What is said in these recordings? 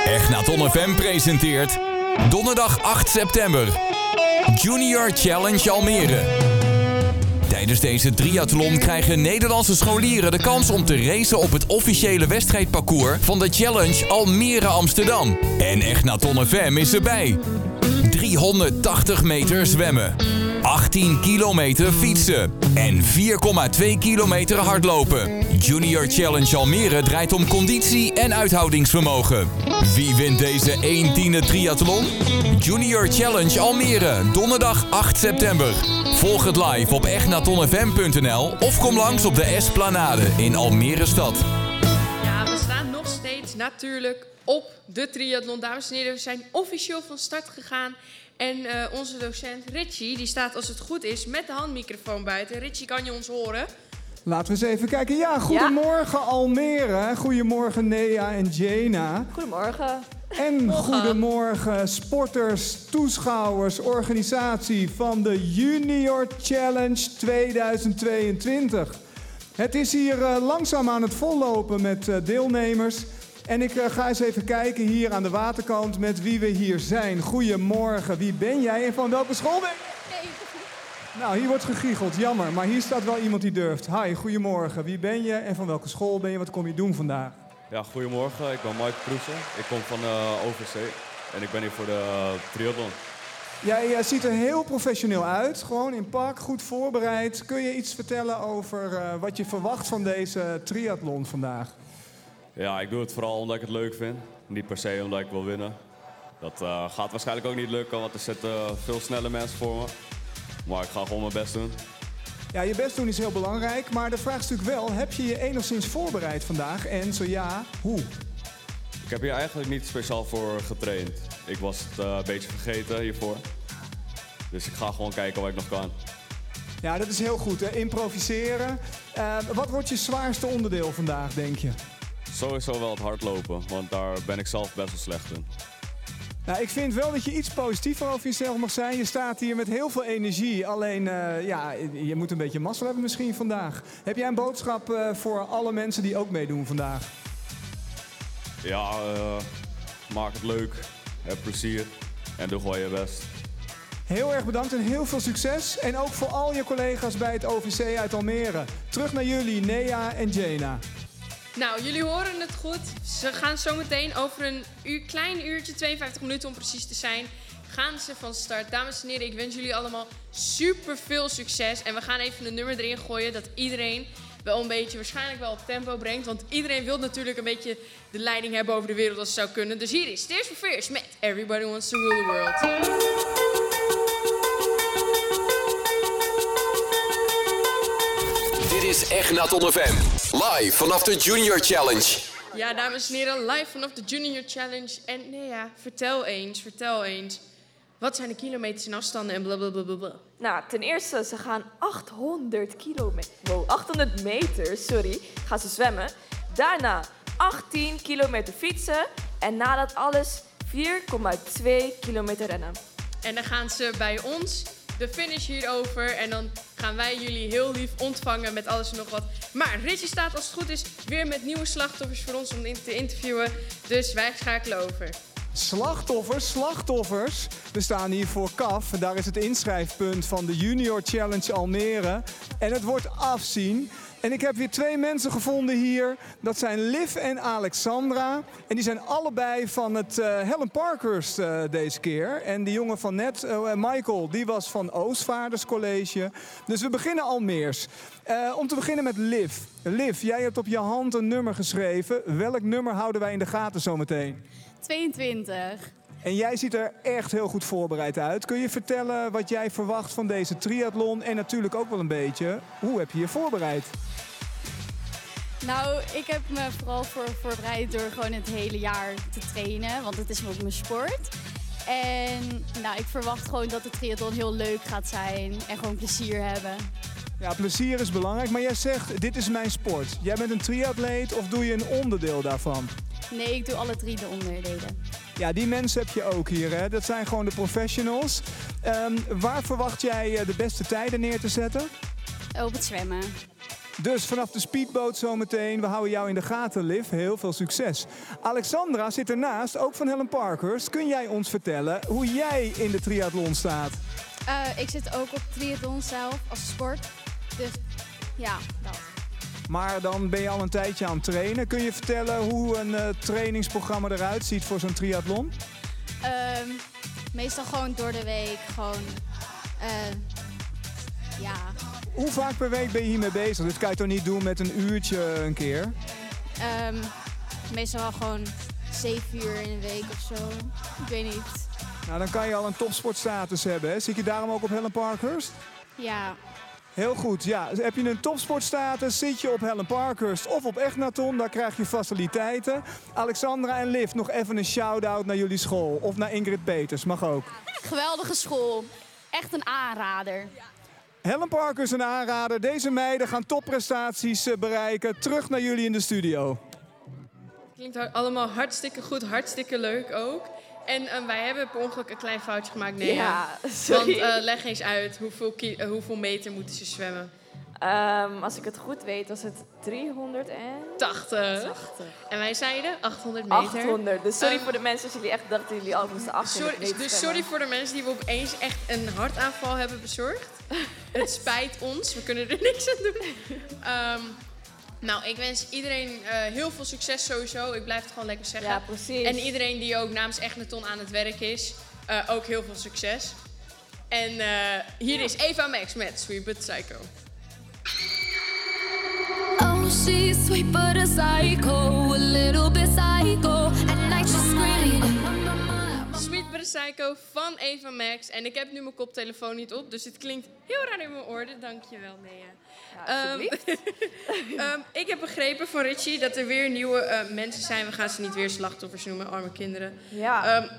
Egnaton FM presenteert donderdag 8 september Junior Challenge Almere. Tijdens deze triathlon krijgen Nederlandse scholieren de kans om te racen op het officiële wedstrijdparcours van de Challenge Almere Amsterdam. En Egnaton FM is erbij. 380 meter zwemmen, 18 kilometer fietsen en 4,2 kilometer hardlopen. Junior Challenge Almere draait om conditie en uithoudingsvermogen. Wie wint deze 1/10 triathlon? Junior Challenge Almere, donderdag 8 september. Volg het live op egnatonfm.nl of kom langs op de Esplanade in Almere stad. Ja, we staan nog steeds natuurlijk op de triathlon. Dames en heren, we zijn officieel van start gegaan. En onze docent Richie, die staat als het goed is met de handmicrofoon buiten. Richie, kan je ons horen? Laten we eens even kijken. Ja, goedemorgen Almere. Goedemorgen Nea en Jana. Goedemorgen. En goedemorgen sporters, toeschouwers, organisatie van de Junior Challenge 2022. Het is hier langzaam aan het vollopen met deelnemers. En ik ga eens even kijken hier aan de waterkant met wie we hier zijn. Goedemorgen, wie ben jij en van welke school ben je? Nee. Nou, hier wordt gegiecheld, jammer. Maar hier staat wel iemand die durft. Hi, goedemorgen. Wie ben je en van welke school ben je? Wat kom je doen vandaag? Ja, goedemorgen. Ik ben Mike Proesen. Ik kom van OVC en ik ben hier voor de triathlon. Jij ziet er heel professioneel uit. Gewoon in pak, goed voorbereid. Kun je iets vertellen over wat je verwacht van deze triathlon vandaag? Ja, ik doe het vooral omdat ik het leuk vind. Niet per se omdat ik wil winnen. Dat gaat waarschijnlijk ook niet lukken, want er zitten veel snelle mensen voor me. Maar ik ga gewoon mijn best doen. Ja, je best doen is heel belangrijk. Maar de vraag is natuurlijk wel, heb je je enigszins voorbereid vandaag? En zo ja, hoe? Ik heb hier eigenlijk niet speciaal voor getraind. Ik was het een beetje vergeten hiervoor. Dus ik ga gewoon kijken wat ik nog kan. Ja, dat is heel goed, hè? Improviseren. Wat wordt je zwaarste onderdeel vandaag, denk je? Sowieso wel het hardlopen, want daar ben ik zelf best wel slecht in. Nou, ik vind wel dat je iets positiever over jezelf mag zijn. Je staat hier met heel veel energie. Alleen, ja, je moet een beetje mazzel hebben misschien vandaag. Heb jij een boodschap voor alle mensen die ook meedoen vandaag? Ja, maak het leuk, heb plezier en doe gewoon je best. Heel erg bedankt en heel veel succes. En ook voor al je collega's bij het OVC uit Almere. Terug naar jullie, Nea en Jana. Nou, jullie horen het goed. Ze gaan zometeen over een klein uurtje, 52 minuten om precies te zijn, gaan ze van start. Dames en heren, ik wens jullie allemaal super veel succes. En we gaan even een nummer erin gooien dat iedereen wel een beetje waarschijnlijk wel op tempo brengt. Want iedereen wil natuurlijk een beetje de leiding hebben over de wereld als het zou kunnen. Dus hier is Tears for Fears met Everybody Wants to Rule the World. Dit is Egnaton FM, live vanaf de Junior Challenge. Ja, dames en heren, live vanaf de Junior Challenge. En nee ja, vertel eens. Wat zijn de kilometers en afstanden en blablabla? Nou, ten eerste, ze gaan 800 meter, gaan ze zwemmen. Daarna 18 kilometer fietsen. En na dat alles 4,2 kilometer rennen. En dan gaan ze bij ons de finish hierover. En dan gaan wij jullie heel lief ontvangen met alles en nog wat. Maar Richie staat als het goed is weer met nieuwe slachtoffers voor ons om te interviewen. Dus wij schakelen over. Slachtoffers. We staan hier voor CAF. Daar is het inschrijfpunt van de Junior Challenge Almere. En het wordt afzien. En ik heb weer 2 mensen gevonden hier. Dat zijn Liv en Alexandra. En die zijn allebei van het Helen Parkhurst deze keer. En die jongen van net, Michael, die was van Oostvaarders College. Dus we beginnen Almeers. Om te beginnen met Liv. Liv, jij hebt op je hand een nummer geschreven. Welk nummer houden wij in de gaten zometeen? 22. En jij ziet er echt heel goed voorbereid uit. Kun je vertellen wat jij verwacht van deze triathlon? En natuurlijk ook wel een beetje, hoe heb je je voorbereid? Nou, ik heb me vooral voorbereid door gewoon het hele jaar te trainen. Want het is ook mijn sport. En nou, ik verwacht gewoon dat de triathlon heel leuk gaat zijn. En gewoon plezier hebben. Ja, plezier is belangrijk. Maar jij zegt, dit is mijn sport. Jij bent een triatleet of doe je een onderdeel daarvan? Nee, ik doe alle 3 de onderdelen. Ja, die mensen heb je ook hier, hè? Dat zijn gewoon de professionals. Waar verwacht jij de beste tijden neer te zetten? Op het zwemmen. Dus vanaf de speedboot zometeen. We houden jou in de gaten, Liv. Heel veel succes. Alexandra zit ernaast, ook van Helen Parkhurst. Kun jij ons vertellen hoe jij in de triathlon staat? Ik zit ook op triathlon zelf als sport. Dus ja, dat. Maar dan ben je al een tijdje aan het trainen. Kun je vertellen hoe een trainingsprogramma eruit ziet voor zo'n triathlon? Meestal gewoon door de week. Gewoon, ja. Hoe vaak per week ben je hiermee bezig? Dit kan je toch niet doen met een uurtje een keer? Meestal wel gewoon 7 uur in een week of zo. Ik weet niet. Nou, dan kan je al een topsportstatus hebben, hè? Zie ik je daarom ook op Helen Parkhurst? Ja. Heel goed, ja. Heb je een topsportstatus, zit je op Helen Parkhurst of op Echnaton, daar krijg je faciliteiten. Alexandra en Liv, nog even een shout-out naar jullie school. Of naar Ingrid Peters, mag ook. Geweldige school. Echt een aanrader. Helen Parkhurst een aanrader. Deze meiden gaan topprestaties bereiken. Terug naar jullie in de studio. Klinkt allemaal hartstikke goed, hartstikke leuk ook. En wij hebben per ongeluk een klein foutje gemaakt, Nea. Ja, sorry. Want leg eens uit, hoeveel meter moeten ze zwemmen? Als ik het goed weet, was het 380. 80. En wij zeiden 800 meter. 800. Dus sorry voor de mensen als jullie echt dachten jullie al moesten 800 meter Dus sorry voor de mensen die we opeens echt een hartaanval hebben bezorgd. Het spijt ons, we kunnen er niks aan doen. Nou, ik wens iedereen heel veel succes sowieso. Ik blijf het gewoon lekker zeggen. Ja, precies. En iedereen die ook namens Echnaton aan het werk is, ook heel veel succes. En hier is Eva Max met Sweet But Psycho. Oh, she's sweet but a psycho, a little bit psycho. At night she's screaming. Sweet But a Psycho van Eva Max. En ik heb nu mijn koptelefoon niet op, dus het klinkt heel raar in mijn oren. Dankjewel, Nea. Ja, Ik heb begrepen van Richie dat er weer nieuwe mensen zijn. We gaan ze niet weer slachtoffers noemen, arme kinderen. Ja.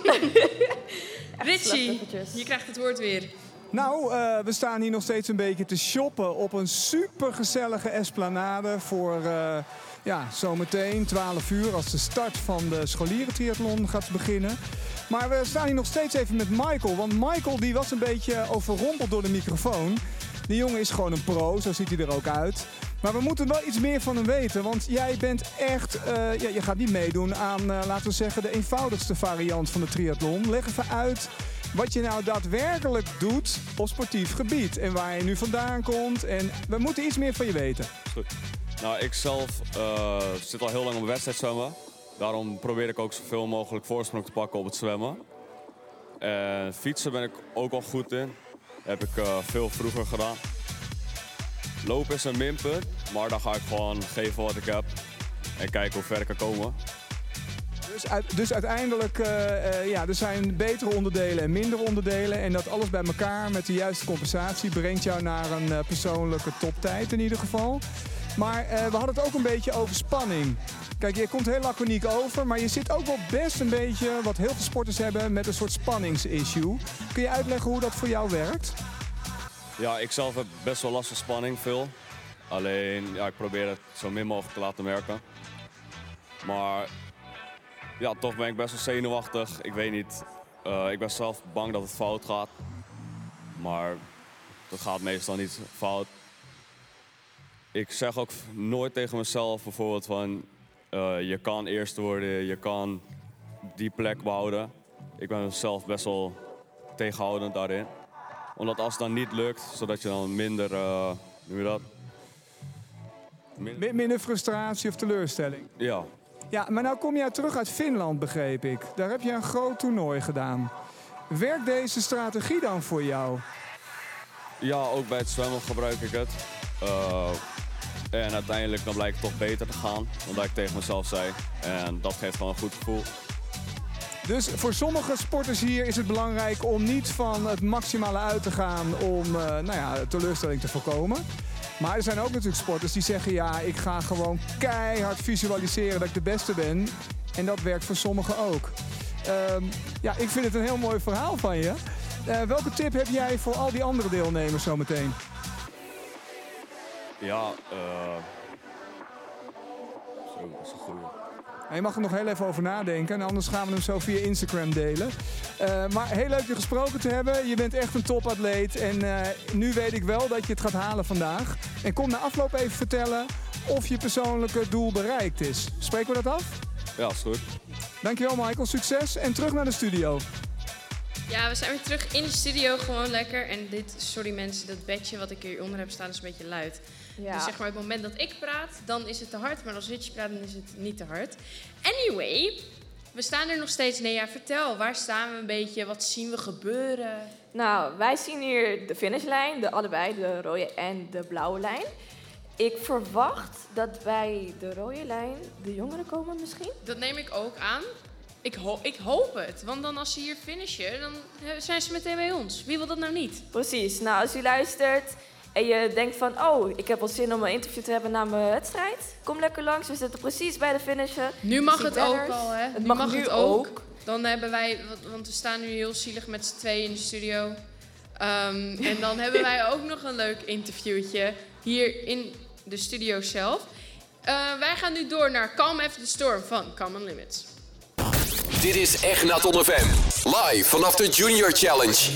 Richie, je krijgt het woord weer. Nou, we staan hier nog steeds een beetje te shoppen op een supergezellige esplanade voor zometeen 12 uur als de start van de scholierentriathlon gaat beginnen. Maar we staan hier nog steeds even met Michael, want Michael die was een beetje overrompeld door de microfoon. Die jongen is gewoon een pro, zo ziet hij er ook uit. Maar we moeten wel iets meer van hem weten, want jij bent echt, je gaat niet meedoen aan, laten we zeggen, de eenvoudigste variant van de triathlon. Leg even uit wat je nou daadwerkelijk doet op sportief gebied en waar je nu vandaan komt. En we moeten iets meer van je weten. Goed. Nou, ik zelf zit al heel lang op een wedstrijd zwemmen. Daarom probeer ik ook zoveel mogelijk voorsprong te pakken op het zwemmen. En fietsen ben ik ook al goed in. Heb ik veel vroeger gedaan. Lopen is een minpunt, maar dan ga ik gewoon geven wat ik heb. En kijken hoe ver ik kan komen. Dus uiteindelijk, er zijn betere onderdelen en mindere onderdelen. En dat alles bij elkaar met de juiste compensatie brengt jou naar een persoonlijke toptijd in ieder geval. Maar we hadden het ook een beetje over spanning. Kijk, je komt heel laconiek over, maar je zit ook wel best een beetje, wat heel veel sporters hebben, met een soort spanningsissue. Kun je uitleggen hoe dat voor jou werkt? Ja, ik zelf heb best wel last van spanning, veel. Alleen, ja, ik probeer het zo min mogelijk te laten merken. Maar ja, toch ben ik best wel zenuwachtig. Ik weet niet, ik ben zelf bang dat het fout gaat. Maar dat gaat meestal niet fout. Ik zeg ook nooit tegen mezelf bijvoorbeeld van, je kan eerst worden, je kan die plek behouden. Ik ben zelf best wel tegenhoudend daarin. Omdat als het dan niet lukt, zodat je dan minder, hoe noem je dat? Minder frustratie of teleurstelling? Ja. Ja, maar nou kom jij terug uit Finland, begreep ik. Daar heb je een groot toernooi gedaan. Werkt deze strategie dan voor jou? Ja, ook bij het zwemmen gebruik ik het. En uiteindelijk dan blijkt het toch beter te gaan dan dat ik tegen mezelf zei. En dat geeft gewoon een goed gevoel. Dus voor sommige sporters hier is het belangrijk om niet van het maximale uit te gaan om teleurstelling te voorkomen. Maar er zijn ook natuurlijk sporters die zeggen, ja, ik ga gewoon keihard visualiseren dat ik de beste ben. En dat werkt voor sommigen ook. Ik vind het een heel mooi verhaal van je. Welke tip heb jij voor al die andere deelnemers zometeen? Ja, zo, dat is een goeie. Je mag er nog heel even over nadenken. En anders gaan we hem zo via Instagram delen. Maar heel leuk je gesproken te hebben. Je bent echt een topatleet. En nu weet ik wel dat je het gaat halen vandaag. En kom na afloop even vertellen of je persoonlijke doel bereikt is. Spreken we dat af? Ja, is goed. Dankjewel Michael, succes. En terug naar de studio. Ja, we zijn weer terug in de studio, gewoon lekker. En sorry mensen, dat bedje wat ik hieronder heb staan is een beetje luid. Ja. Dus zeg maar, op het moment dat ik praat, dan is het te hard. Maar als Richie praat, dan is het niet te hard. Anyway, we staan er nog steeds. Nee, ja, vertel, waar staan we een beetje? Wat zien we gebeuren? Nou, wij zien hier de finishlijn, allebei, de rode en de blauwe lijn. Ik verwacht dat bij de rode lijn de jongeren komen misschien. Dat neem ik ook aan. Ik hoop het, want dan als ze hier finishen, dan zijn ze meteen bij ons. Wie wil dat nou niet? Precies. Nou, als u luistert en je denkt van... oh, ik heb wel zin om een interview te hebben na mijn wedstrijd. Kom lekker langs, we zitten precies bij de finishen. Nu mag het ook al, hè? Het nu mag nu het ook. Dan hebben wij, want we staan nu heel zielig met z'n tweeën in de studio. En dan hebben wij ook nog een leuk interviewtje hier in de studio zelf. Wij gaan nu door naar Calm After the Storm van Common Limits. Dit is Echnaton FM. Live vanaf de Junior Challenge.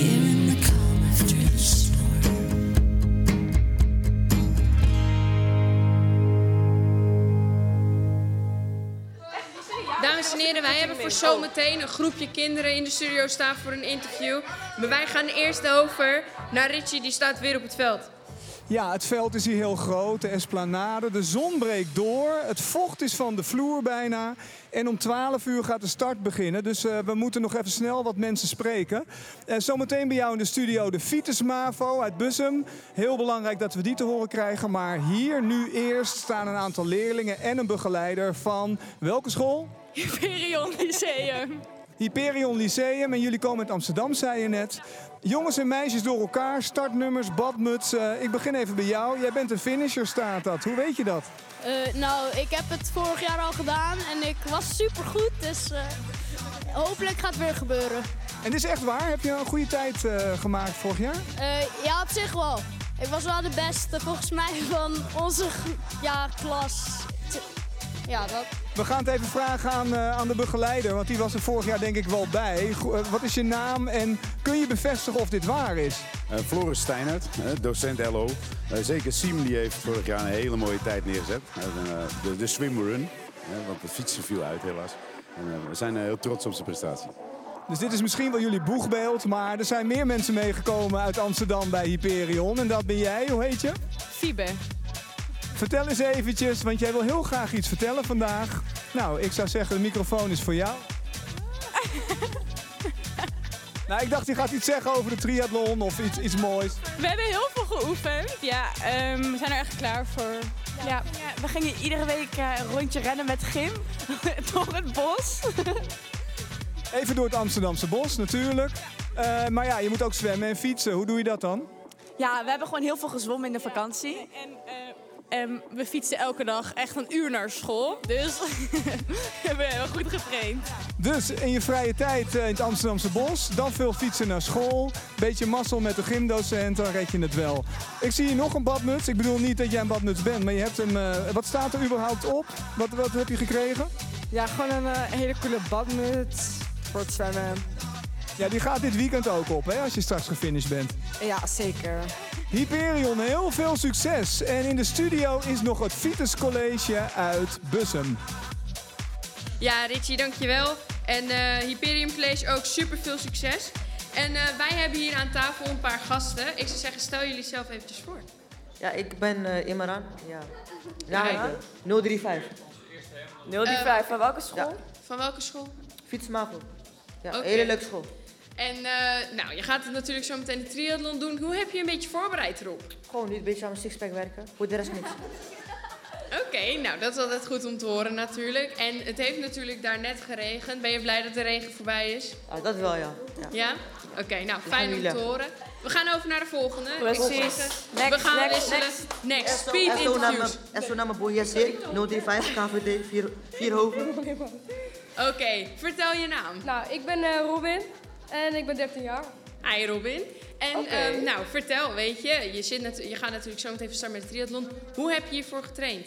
Dames en heren, wij hebben voor zometeen een groepje kinderen in de studio staan voor een interview. Maar wij gaan eerst over naar Richie, die staat weer op het veld. Ja, het veld is hier heel groot, de esplanade. De zon breekt door, het vocht is van de vloer bijna. En om 12 uur gaat de start beginnen. Dus we moeten nog even snel wat mensen spreken. Zometeen bij jou in de studio de Vitus Mavo uit Bussum. Heel belangrijk dat we die te horen krijgen. Maar hier nu eerst staan een aantal leerlingen en een begeleider van welke school? Hyperion Lyceum. Hyperion Lyceum. En jullie komen uit Amsterdam, zei je net. Jongens en meisjes door elkaar, startnummers, badmuts. Ik begin even bij jou. Jij bent een finisher, staat dat. Hoe weet je dat? Nou, ik heb het vorig jaar al gedaan en ik was supergoed. Dus hopelijk gaat het weer gebeuren. En dit is echt waar? Heb je een goede tijd gemaakt vorig jaar? Ja, op zich wel. Ik was wel de beste volgens mij van onze klas. Ja, dat. We gaan het even vragen aan de begeleider, want die was er vorig jaar denk ik wel bij. Wat is je naam en kun je bevestigen of dit waar is? Floris Steinert, docent LO. Zeker Siem die heeft vorig jaar een hele mooie tijd neergezet. De swimrun, want de fietsen viel uit helaas. En, we zijn heel trots op zijn prestatie. Dus dit is misschien wel jullie boegbeeld, maar er zijn meer mensen meegekomen uit Amsterdam bij Hyperion. En dat ben jij, hoe heet je? Fiebe. Vertel eens eventjes, want jij wil heel graag iets vertellen vandaag. Nou, ik zou zeggen, de microfoon is voor jou. Nou, ik dacht, je gaat iets zeggen over de triathlon of iets moois. We hebben heel veel geoefend. Ja, we zijn er echt klaar voor. Ja, we gingen iedere week een rondje rennen met gym door het bos. Even door het Amsterdamse bos natuurlijk. Maar ja, je moet ook zwemmen en fietsen. Hoe doe je dat dan? Ja, we hebben gewoon heel veel gezwommen in de vakantie. En we fietsen elke dag echt een uur naar school. Dus we hebben heel goed getraind. Dus in je vrije tijd in het Amsterdamse bos, dan veel fietsen naar school. Beetje mazzel met de gymdocent, dan red je het wel. Ik zie hier nog een badmuts. Ik bedoel niet dat jij een badmuts bent, maar je hebt hem... wat staat er überhaupt op? Wat heb je gekregen? Ja, gewoon een hele coole badmuts voor het zwemmen. Ja, die gaat dit weekend ook op, hè, als je straks gefinished bent. Ja, zeker. Hyperion, heel veel succes. En in de studio is nog het Vitus College uit Bussum. Ja, Richie, dankjewel. En Hyperion College ook super veel succes. En wij hebben hier aan tafel een paar gasten. Ik zou zeggen, stel jullie zelf eventjes voor. Ja, ik ben Imran. Ja, 035. 035, van welke school? Ja. Van welke school? Fietsmavo. Ja, Oké. hele leuke school. En nou, je gaat het natuurlijk zo meteen de triathlon doen. Hoe heb je een beetje voorbereid erop? Gewoon nu een beetje aan mijn sixpack werken. Voor de rest niks. Oké, nou dat is altijd goed om te horen natuurlijk. En het heeft natuurlijk daar net geregend. Ben je blij dat de regen voorbij is? Ja, dat wel, ja. Ja? Oké, nou fijn om te horen. We gaan over naar de volgende. Precies. We gaan wisselen. Next, speed interviews. Eso naar mijn boy Jesse, 035, KVD, 4 Hoven. Oké, vertel je naam. Nou, ik ben Robin en ik ben 13 jaar. Hi Robin. En nou, vertel, weet je, je gaat natuurlijk zo meteen starten met de triathlon. Hoe heb je hiervoor getraind?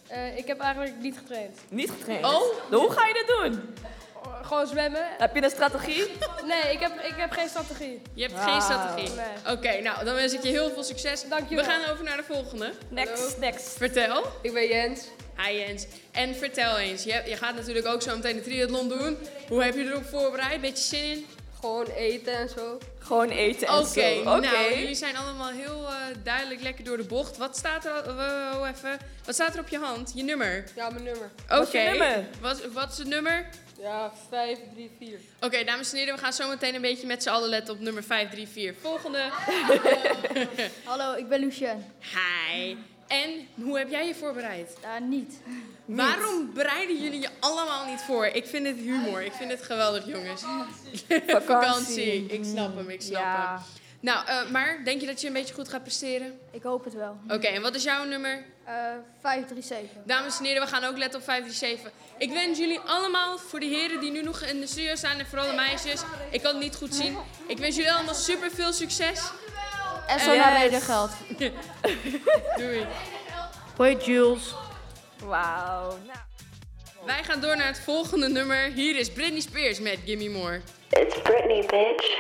Ik heb eigenlijk niet getraind. Niet getraind? Oh? Hoe ga je dat doen? Gewoon zwemmen. Heb je een strategie? Nee, ik heb geen strategie. Je hebt geen strategie? Nee. Oké, nou dan wens ik je heel veel succes. Dankjewel. We gaan over naar de volgende. Next. Vertel. Ik ben Jens. Hi Jens. En vertel eens, je gaat natuurlijk ook zo meteen de triathlon doen. Hoe heb je erop voorbereid? Beetje zin in? Gewoon eten en zo. Gewoon eten en zo. Oké, nou, jullie zijn allemaal heel duidelijk lekker door de bocht. Wat staat er op je hand? Je nummer? Ja, mijn nummer. Oké. je nummer? Wat is het nummer? Ja, 534. Oké, dames en heren, we gaan zo meteen een beetje met z'n allen letten op nummer 534. Volgende. Hallo, ik ben Lucien. Hi. En hoe heb jij je voorbereid? Niet. Waarom bereiden jullie je allemaal niet voor? Ik vind het humor. Ik vind het geweldig, jongens. Vakantie. Ik snap hem. Ja. Nou, maar denk je dat je een beetje goed gaat presteren? Ik hoop het wel. Oké, en wat is jouw nummer? 537. Dames en heren, we gaan ook letten op 537. Ik wens jullie allemaal, voor de heren die nu nog in de studio staan en vooral de meisjes. Ik kan het niet goed zien. Ik wens jullie allemaal super veel succes. En zo naar redengeld. Doei. Hoi Jules. Wauw. Nou. Wij gaan door naar het volgende nummer. Hier is Britney Spears met Gimme More. It's Britney, bitch.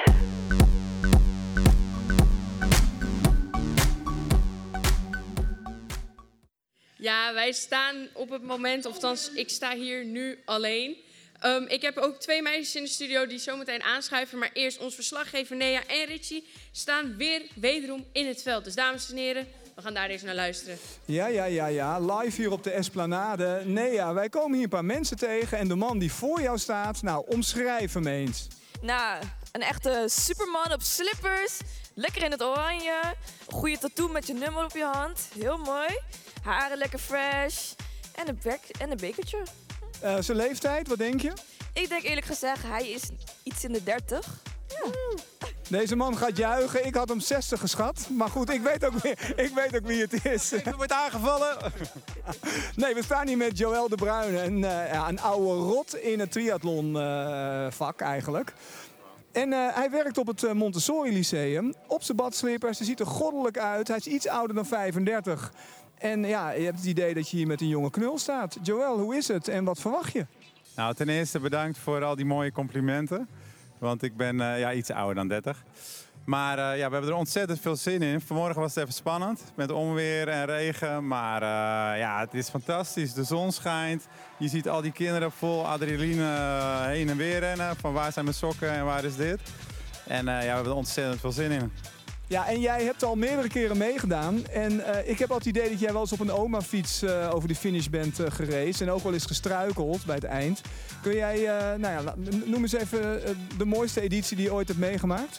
Ja, wij staan op het moment, of althans, ik sta hier nu alleen. Ik heb ook 2 meisjes in de studio die zometeen aanschuiven. Maar eerst ons verslaggever Nea en Richie staan wederom in het veld. Dus dames en heren, we gaan daar eens naar luisteren. Ja. Live hier op de Esplanade. Nea, wij komen hier een paar mensen tegen. En de man die voor jou staat, nou, omschrijf hem eens. Nou, een echte superman op slippers. Lekker in het oranje. Een goede tattoo met je nummer op je hand. Heel mooi. Haren lekker fresh. En een bekertje. Zijn leeftijd, wat denk je? Ik denk eerlijk gezegd, hij is iets in de 30. Ja. Deze man gaat juichen. Ik had hem 60 geschat. Maar goed, ik weet ook wie het is. Ik word aangevallen. Nee, we staan hier met Joël de Bruyne. Een oude rot in het triathlonvak eigenlijk. En hij werkt op het Montessori Lyceum. Op zijn badslippers. Hij ziet er goddelijk uit. Hij is iets ouder dan 35. En ja, je hebt het idee dat je hier met een jonge knul staat. Joël, hoe is het en wat verwacht je? Nou, ten eerste bedankt voor al die mooie complimenten. Want ik ben iets ouder dan 30. Maar we hebben er ontzettend veel zin in. Vanmorgen was het even spannend met onweer en regen. Maar het is fantastisch. De zon schijnt. Je ziet al die kinderen vol adrenaline heen en weer rennen. Van waar zijn mijn sokken en waar is dit? En we hebben er ontzettend veel zin in. Ja, en jij hebt al meerdere keren meegedaan. En ik heb al het idee dat jij wel eens op een oma-fiets over de finish bent geraced. En ook wel eens gestruikeld bij het eind. Kun jij, noem eens even de mooiste editie die je ooit hebt meegemaakt?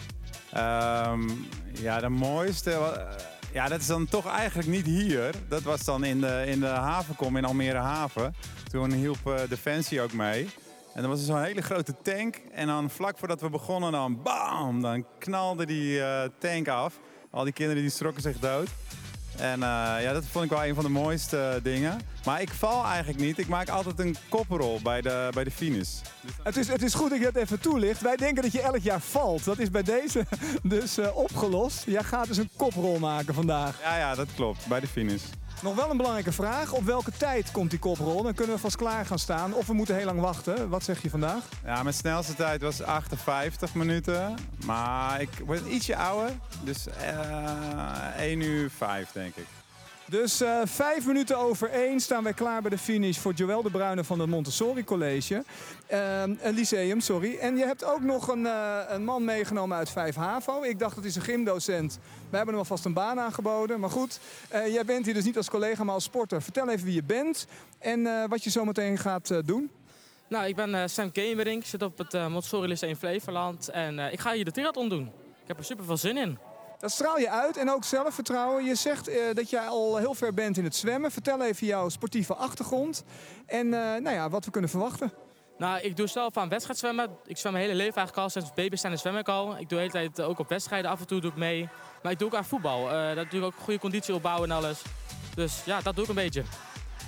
De mooiste... dat is dan toch eigenlijk niet hier. Dat was dan in de havenkom in Almere Haven. Toen hielp Defensie ook mee. En dan was er zo'n hele grote tank. En dan vlak voordat we begonnen, dan bam! Dan knalde die tank af. Al die kinderen die schrokken zich dood. En dat vond ik wel een van de mooiste dingen. Maar ik val eigenlijk niet. Ik maak altijd een koprol bij de finish. Het is goed dat je dat even toelicht. Wij denken dat je elk jaar valt. Dat is bij deze dus opgelost. Jij gaat dus een koprol maken vandaag. Ja, dat klopt. Bij de finish. Nog wel een belangrijke vraag. Op welke tijd komt die koprol? Dan kunnen we vast klaar gaan staan. Of we moeten heel lang wachten. Wat zeg je vandaag? Ja, mijn snelste tijd was 58 minuten. Maar ik word ietsje ouder. Dus 1 uur 5, denk ik. Dus 5 minuten over 1 staan wij klaar bij de finish voor Joël de Bruyne van het Montessori College. Lyceum, sorry. En je hebt ook nog een man meegenomen uit 5 HAVO. Ik dacht dat is een gymdocent. We hebben hem alvast een baan aangeboden. Maar goed, jij bent hier dus niet als collega, maar als sporter. Vertel even wie je bent en wat je zometeen gaat doen. Nou, ik ben Sam Kemering. Ik zit op het Montessori Lyceum Flevoland. En ik ga hier de triathlon doen. Ik heb er super veel zin in. Dat straal je uit en ook zelfvertrouwen. Je zegt dat jij al heel ver bent in het zwemmen. Vertel even jouw sportieve achtergrond en wat we kunnen verwachten. Nou, ik doe zelf aan wedstrijdzwemmen. Ik zwem mijn hele leven eigenlijk al. Sinds baby zijn zwem ik al. Ik doe de hele tijd ook op wedstrijden. Af en toe doe ik mee. Maar ik doe ook aan voetbal. Dat doe ik ook goede conditie opbouwen en alles. Dus ja, dat doe ik een beetje.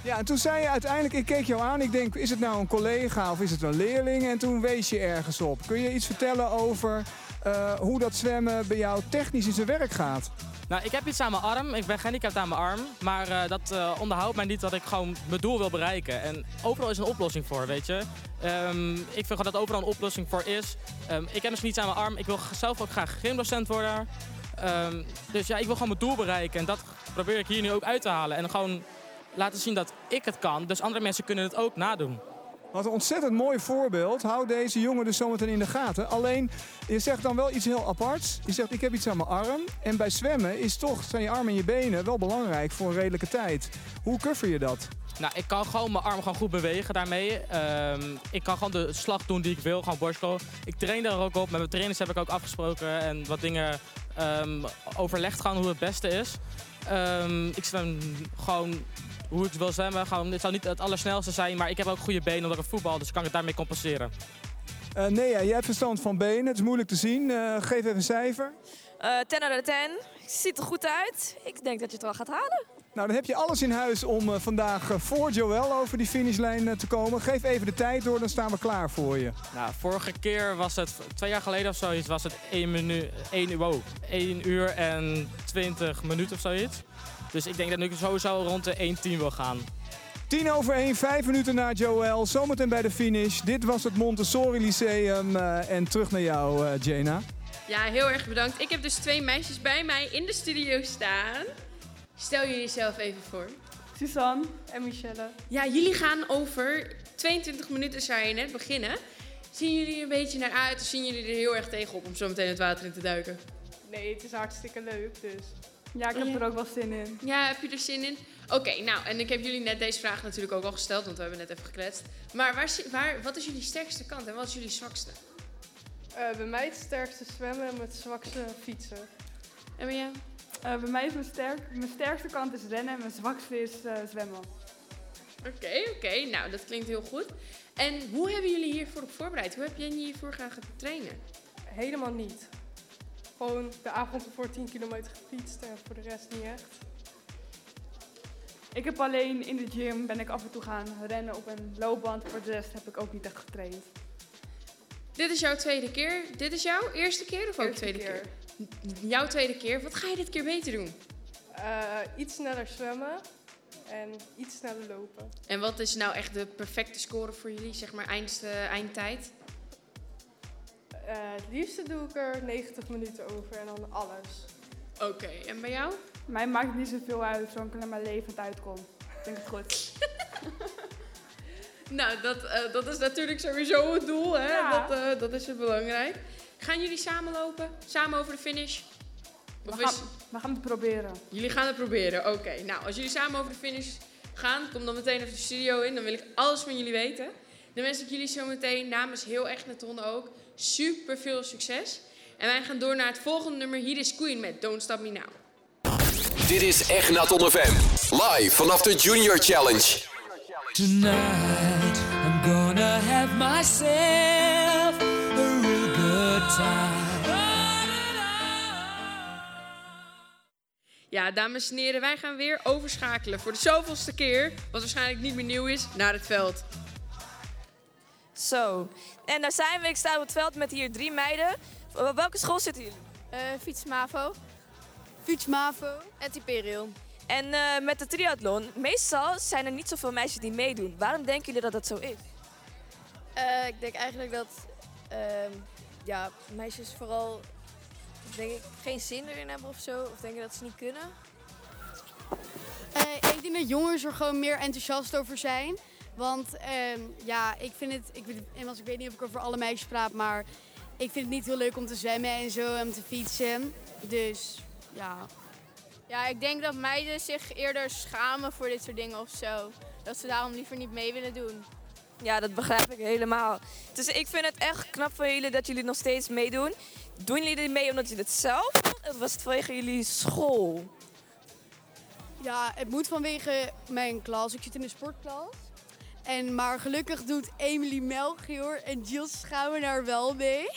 Ja, en toen zei je uiteindelijk, ik keek jou aan, ik denk, is het nou een collega of is het een leerling? En toen wees je ergens op. Kun je iets vertellen over hoe dat zwemmen bij jou technisch in zijn werk gaat? Nou, ik heb iets aan mijn arm. Ik ben gehandicapt aan mijn arm. Maar dat onderhoudt mij niet dat ik gewoon mijn doel wil bereiken. En overal is een oplossing voor, weet je. Ik vind gewoon dat overal een oplossing voor is. Ik heb misschien iets aan mijn arm. Ik wil zelf ook graag gymdocent worden. Dus ja, ik wil gewoon mijn doel bereiken. En dat probeer ik hier nu ook uit te halen. En gewoon laten zien dat ik het kan. Dus andere mensen kunnen het ook nadoen. Wat een ontzettend mooi voorbeeld. Hou deze jongen dus zometeen in de gaten. Alleen, je zegt dan wel iets heel aparts. Je zegt, ik heb iets aan mijn arm. En bij zwemmen zijn je armen en je benen wel belangrijk voor een redelijke tijd. Hoe cover je dat? Nou, ik kan gewoon mijn arm goed bewegen daarmee. Ik kan gewoon de slag doen die ik wil, gewoon borstcrawl. Ik train daar ook op. Met mijn trainers heb ik ook afgesproken en wat dingen overlegd gaan hoe het beste is. Ik zwem gewoon hoe ik wil zwemmen. Het zou niet het allersnelste zijn, maar ik heb ook goede benen omdat ik voetbal, dus kan ik het daarmee compenseren. Nea, jij hebt verstand van benen. Het is moeilijk te zien. Geef even een cijfer. 10 out of 10. Ziet er goed uit. Ik denk dat je het wel gaat halen. Nou, dan heb je alles in huis om vandaag voor Joël over die finishlijn te komen. Geef even de tijd door, dan staan we klaar voor je. Nou, vorige keer was het, 2 jaar geleden of zoiets, was het 1 uur en 20 minuten of zoiets. Dus ik denk dat ik sowieso rond de 1:10 wil gaan. 1:10, 5 minuten na Joël. Zometeen bij de finish. Dit was het Montessori Lyceum. En terug naar jou, Jana. Ja, heel erg bedankt. Ik heb dus 2 meisjes bij mij in de studio staan. Stel jullie jezelf even voor. Suzanne en Michelle. Ja, jullie gaan over 22 minuten, zei je net, beginnen. Zien jullie een beetje naar uit of zien jullie er heel erg tegenop om zo meteen het water in te duiken? Nee, het is hartstikke leuk, dus ja, ik heb er ook wel zin in. Ja, heb je er zin in? Oké, nou, en ik heb jullie net deze vraag natuurlijk ook al gesteld, want we hebben net even gekletst. Maar wat is jullie sterkste kant en wat is jullie zwakste? Bij mij het sterkste zwemmen en het zwakste fietsen. En bij jou? Bij mij is mijn sterkste kant is rennen en mijn zwakste is zwemmen. Oké, nou dat klinkt heel goed. En hoe hebben jullie hiervoor op voorbereid? Hoe heb jij hiervoor gaan trainen? Helemaal niet. Gewoon de avond ervoor 10 kilometer gefietst en voor de rest niet echt. Ik heb alleen in de gym ben ik af en toe gaan rennen op een loopband. Voor de rest heb ik ook niet echt getraind. Dit is jouw tweede keer. Dit is jouw eerste keer of ook tweede keer? Jouw tweede keer. Wat ga je dit keer beter doen? Iets sneller zwemmen en iets sneller lopen. En wat is nou echt de perfecte score voor jullie, zeg maar eindtijd? Het liefste doe ik er 90 minuten over en dan alles. Oké, en bij jou? Mij maakt het niet zoveel uit, zolang ik er maar levend uitkom. Ik denk het goed. Nou, dat is natuurlijk sowieso het doel, hè? Ja. Dat is het belangrijk. Gaan jullie samen lopen? Samen over de finish? We gaan het proberen. Jullie gaan het proberen, oké. Nou, als jullie samen over de finish gaan, kom dan meteen even de studio in. Dan wil ik alles van jullie weten. Dan wens ik jullie zo meteen namens heel Echnaton ook super veel succes. En wij gaan door naar het volgende nummer. Hier is Queen met Don't Stop Me Now. Dit is Echnaton FM. Live vanaf de Junior Challenge. Tonight I'm gonna have myself a real good time. Ja, dames en heren, wij gaan weer overschakelen voor de zoveelste keer, wat waarschijnlijk niet meer nieuw is, naar het veld. Zo, en daar zijn we. Ik sta op het veld met hier 3 meiden. Op welke school zitten jullie? Fiets Mavo. Fiets Mavo. En Tiperion. En met de triathlon, meestal zijn er niet zoveel meisjes die meedoen. Waarom denken jullie dat dat zo is? Ik denk eigenlijk dat meisjes vooral denk ik, geen zin erin hebben of zo. Of denken dat ze niet kunnen. Ik denk dat jongens er gewoon meer enthousiast over zijn. Want ik vind het, ik weet niet of ik over alle meisjes praat, maar ik vind het niet heel leuk om te zwemmen en zo en te fietsen. Dus ja. Ja, ik denk dat meiden zich eerder schamen voor dit soort dingen of zo. Dat ze daarom liever niet mee willen doen. Ja, dat begrijp ik helemaal. Dus ik vind het echt knap van jullie dat jullie nog steeds meedoen. Doen jullie er mee omdat jullie het zelf doen? Of was het vanwege jullie school? Ja, het moet vanwege mijn klas. Ik zit in een sportklas. Maar gelukkig doet Emily Melchior en Jill Schouwenaar wel mee.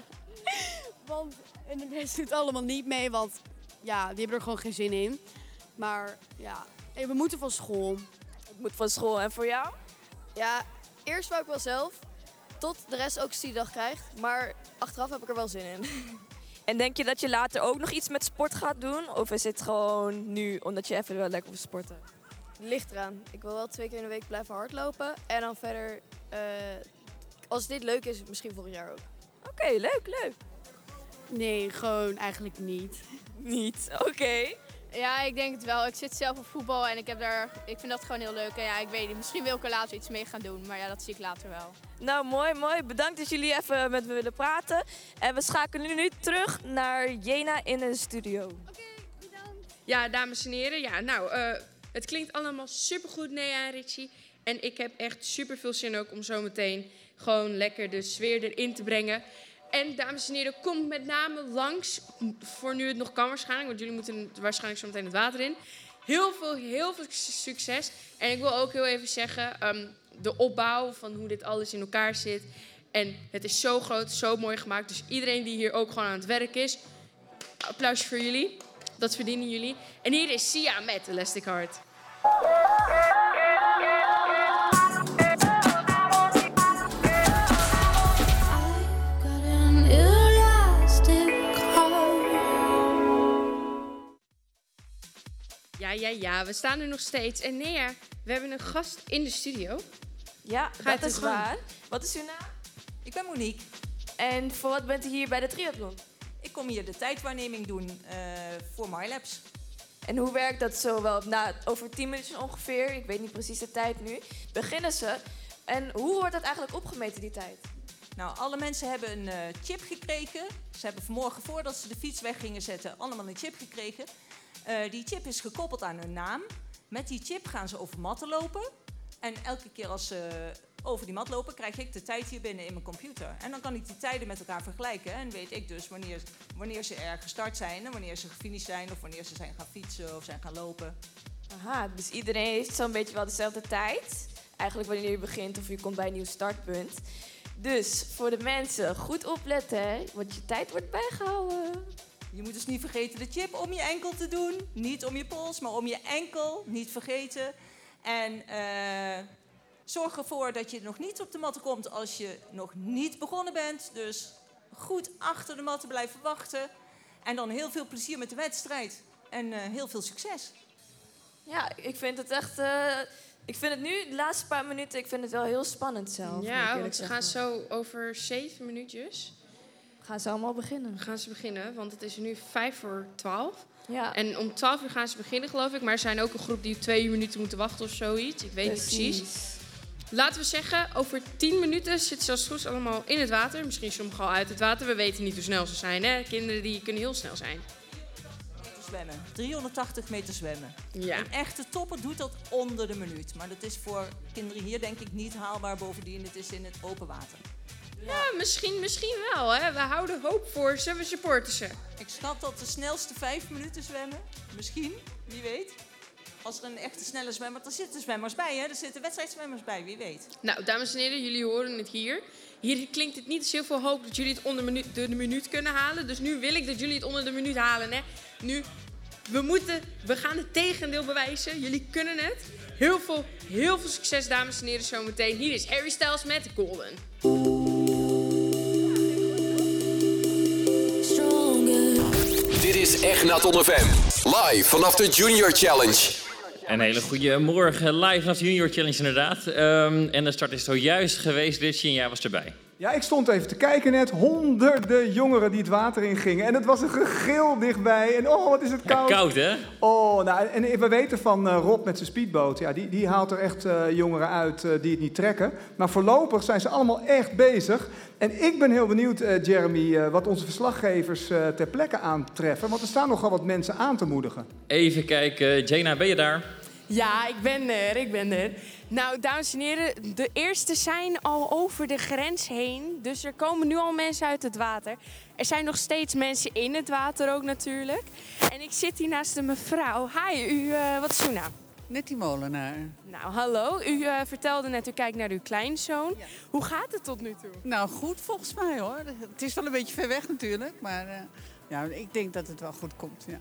En de rest doet allemaal niet mee, want ja, die hebben er gewoon geen zin in. Maar ja, we moeten van school. het moet van school. En voor jou? Ja, eerst wou ik wel zelf, tot de rest ook studiedag krijgt. Maar achteraf heb ik er wel zin in. En denk je dat je later ook nog iets met sport gaat doen? Of is het gewoon nu, omdat je even wel lekker wil sporten? Ligt eraan. Ik wil wel 2 keer in de week blijven hardlopen. En dan verder, als dit leuk is, misschien volgend jaar ook. Oké, leuk. Nee, gewoon eigenlijk niet. Niet? Oké. Ja, ik denk het wel. Ik zit zelf op voetbal en ik vind dat gewoon heel leuk. En ja, ik weet niet, misschien wil ik er later iets mee gaan doen. Maar ja, dat zie ik later wel. Nou, mooi. Bedankt dat jullie even met me willen praten. En we schakelen nu terug naar Jena in de studio. Ja, dames en heren. Ja, nou, het klinkt allemaal supergoed, Nea en Richie. En ik heb echt super veel zin ook om zo meteen gewoon lekker de sfeer erin te brengen. En dames en heren, kom met name langs, voor nu het nog kan waarschijnlijk, want jullie moeten waarschijnlijk zo meteen het water in. Heel veel succes. En ik wil ook heel even zeggen, de opbouw van hoe dit alles in elkaar zit. En het is zo groot, zo mooi gemaakt. Dus iedereen die hier ook gewoon aan het werk is, applausje voor jullie. Dat verdienen jullie. En hier is Sia met Elastic Heart. Ja, we staan er nog steeds. En Nea, we hebben een gast in de studio. Ja, dat is waar. Wat is uw naam? Ik ben Monique. En voor wat bent u hier bij de triathlon? Ik kom hier de tijdwaarneming doen voor MyLabs. En hoe werkt dat zo wel? Nou, over 10 minuten ongeveer, ik weet niet precies de tijd nu, beginnen ze. En hoe wordt dat eigenlijk opgemeten, die tijd? Nou, alle mensen hebben een chip gekregen. Ze hebben vanmorgen, voordat ze de fiets weg gingen zetten, allemaal een chip gekregen. Die chip is gekoppeld aan hun naam. Met die chip gaan ze over matten lopen. En elke keer als ze over die mat lopen, krijg ik de tijd hier binnen in mijn computer. En dan kan ik die tijden met elkaar vergelijken. En weet ik dus wanneer ze er gestart zijn en wanneer ze gefinished zijn. Of wanneer ze zijn gaan fietsen of zijn gaan lopen. Aha, dus iedereen heeft zo'n beetje wel dezelfde tijd. Eigenlijk wanneer je begint of je komt bij een nieuw startpunt. Dus voor de mensen, goed opletten, hè? Want je tijd wordt bijgehouden. Je moet dus niet vergeten de chip om je enkel te doen. Niet om je pols, maar om je enkel. Niet vergeten. En zorg ervoor dat je nog niet op de matten komt als je nog niet begonnen bent. Dus goed achter de matten blijven wachten. En dan heel veel plezier met de wedstrijd. En heel veel succes. Ja, ik vind het echt... ik vind het nu, de laatste paar minuten, ik vind het wel heel spannend zelf. Ja, want ze gaan zo over 7 minuutjes... Gaan ze allemaal beginnen? Gaan ze beginnen, want het is nu 11:55. Ja. En om 12 uur gaan ze beginnen, geloof ik. Maar er zijn ook een groep die 2 minuten moeten wachten of zoiets. Ik weet niet precies. Laten we zeggen, over 10 minuten zitten ze als het goed is allemaal in het water. Misschien sommigen al uit het water. We weten niet hoe snel ze zijn, hè? Kinderen die kunnen heel snel zijn. Zwemmen. 380 meter zwemmen. Ja. Een echte topper doet dat onder de minuut. Maar dat is voor kinderen hier denk ik niet haalbaar. Bovendien, het is in het open water. Ja, misschien wel, hè. We houden hoop voor ze, we supporten ze. Ik schat dat de snelste 5 minuten zwemmen. Misschien, wie weet. Als er een echte snelle zwemmer... Er zitten zwemmers bij, hè. Er zitten wedstrijdzwemmers bij, wie weet. Nou, dames en heren, jullie horen het hier. Hier klinkt het niet als heel veel hoop dat jullie het onder de minuut kunnen halen. Dus nu wil ik dat jullie het onder de minuut halen, hè. Nu, we gaan het tegendeel bewijzen. Jullie kunnen het. Heel veel succes, dames en heren, zometeen. Hier is Harry Styles met Golden. Dit is Echnaton FM, live vanaf de Junior Challenge. Een hele goede morgen, live vanaf de Junior Challenge inderdaad. En de start is zojuist geweest, Richie, en jij was erbij. Ja, ik stond even te kijken net. Honderden jongeren die het water in gingen. En het was een gegil dichtbij. En oh, wat is het koud. Ja, koud, hè? Oh, nou, en we weten van Rob met zijn speedboot. Ja, die haalt er echt jongeren uit die het niet trekken. Maar voorlopig zijn ze allemaal echt bezig. En ik ben heel benieuwd, Jeremy, wat onze verslaggevers ter plekke aantreffen. Want er staan nogal wat mensen aan te moedigen. Even kijken, Jena, ben je daar? Ja, ik ben er. Nou, dames en heren, de eerste zijn al over de grens heen. Dus er komen nu al mensen uit het water. Er zijn nog steeds mensen in het water ook natuurlijk. En ik zit hier naast een mevrouw. Hi, wat is uw naam? Nettie Molenaar. Nou, hallo. U vertelde net, u kijkt naar uw kleinzoon. Ja. Hoe gaat het tot nu toe? Nou, goed volgens mij hoor. Het is wel een beetje ver weg natuurlijk, maar ja, ik denk dat het wel goed komt, ja.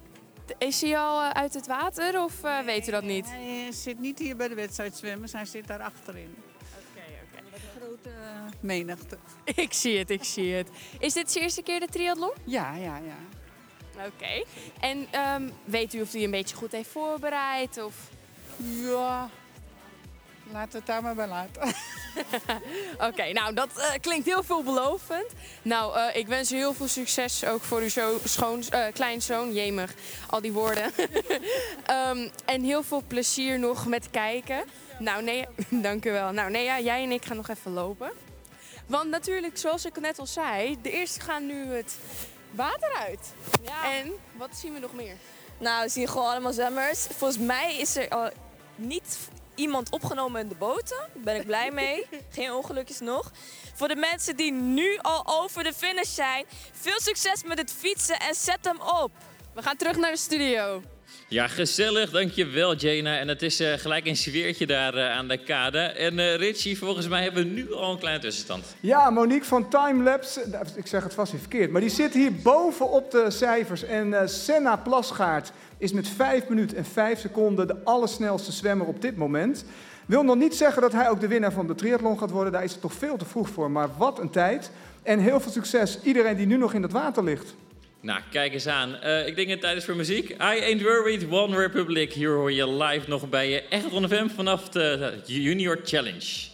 Is hij al uit het water of weet u dat niet? Hij zit niet hier bij de wedstrijd zwemmen, hij zit daar achterin. Oké. Met een grote menigte. Ik zie het. Is dit zijn eerste keer de triathlon? Ja. Oké. En weet u of hij een beetje goed heeft voorbereid? Of? Ja, laat het daar maar bij laten. Oké, nou dat klinkt heel veelbelovend. Nou, ik wens u heel veel succes ook voor uw kleinzoon. Jemig, al die woorden. En heel veel plezier nog met kijken. Nou, nee, dank u wel. Nou, Nea, jij en ik gaan nog even lopen. Want natuurlijk, zoals ik net al zei, de eerste gaan nu het water uit. Ja. En wat zien we nog meer? Nou, we zien gewoon allemaal zwemmers. Volgens mij is er al niet iemand opgenomen in de boten. Daar ben ik blij mee. Geen ongelukjes nog. Voor de mensen die nu al over de finish zijn, veel succes met het fietsen en zet hem op. We gaan terug naar de studio. Ja, gezellig. Dankjewel, Jana. En het is gelijk een sfeertje daar aan de kade. En Richie, volgens mij hebben we nu al een kleine tussenstand. Ja, Monique van Timelapse, ik zeg het vast weer verkeerd, maar die zit hier boven op de cijfers. En Senna Plasgaard is met 5 minuten en 5 seconden de allersnelste zwemmer op dit moment. Wil nog niet zeggen dat hij ook de winnaar van de triathlon gaat worden. Daar is het toch veel te vroeg voor, maar wat een tijd. En heel veel succes iedereen die nu nog in het water ligt. Nou, kijk eens aan. Ik denk het tijd is voor muziek. I Ain't Worried, One Republic. Hier hoor je live nog bij Echterdon FM vanaf de Junior Challenge.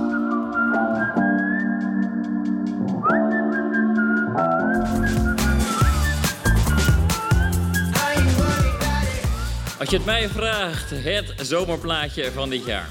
Als je het mij vraagt, het zomerplaatje van dit jaar.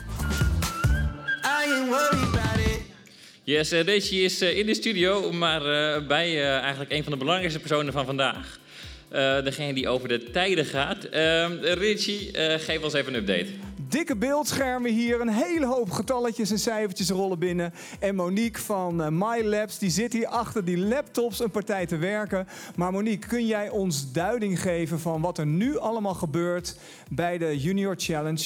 Yes, Richie is in de studio, maar bij eigenlijk een van de belangrijkste personen van vandaag. Degene die over de tijden gaat. Richie, geef ons even een update. Dikke beeldschermen hier, een hele hoop getalletjes en cijfertjes rollen binnen. En Monique van MyLabs, die zit hier achter die laptops een partij te werken. Maar Monique, kun jij ons duiding geven van wat er nu allemaal gebeurt bij de Junior Challenge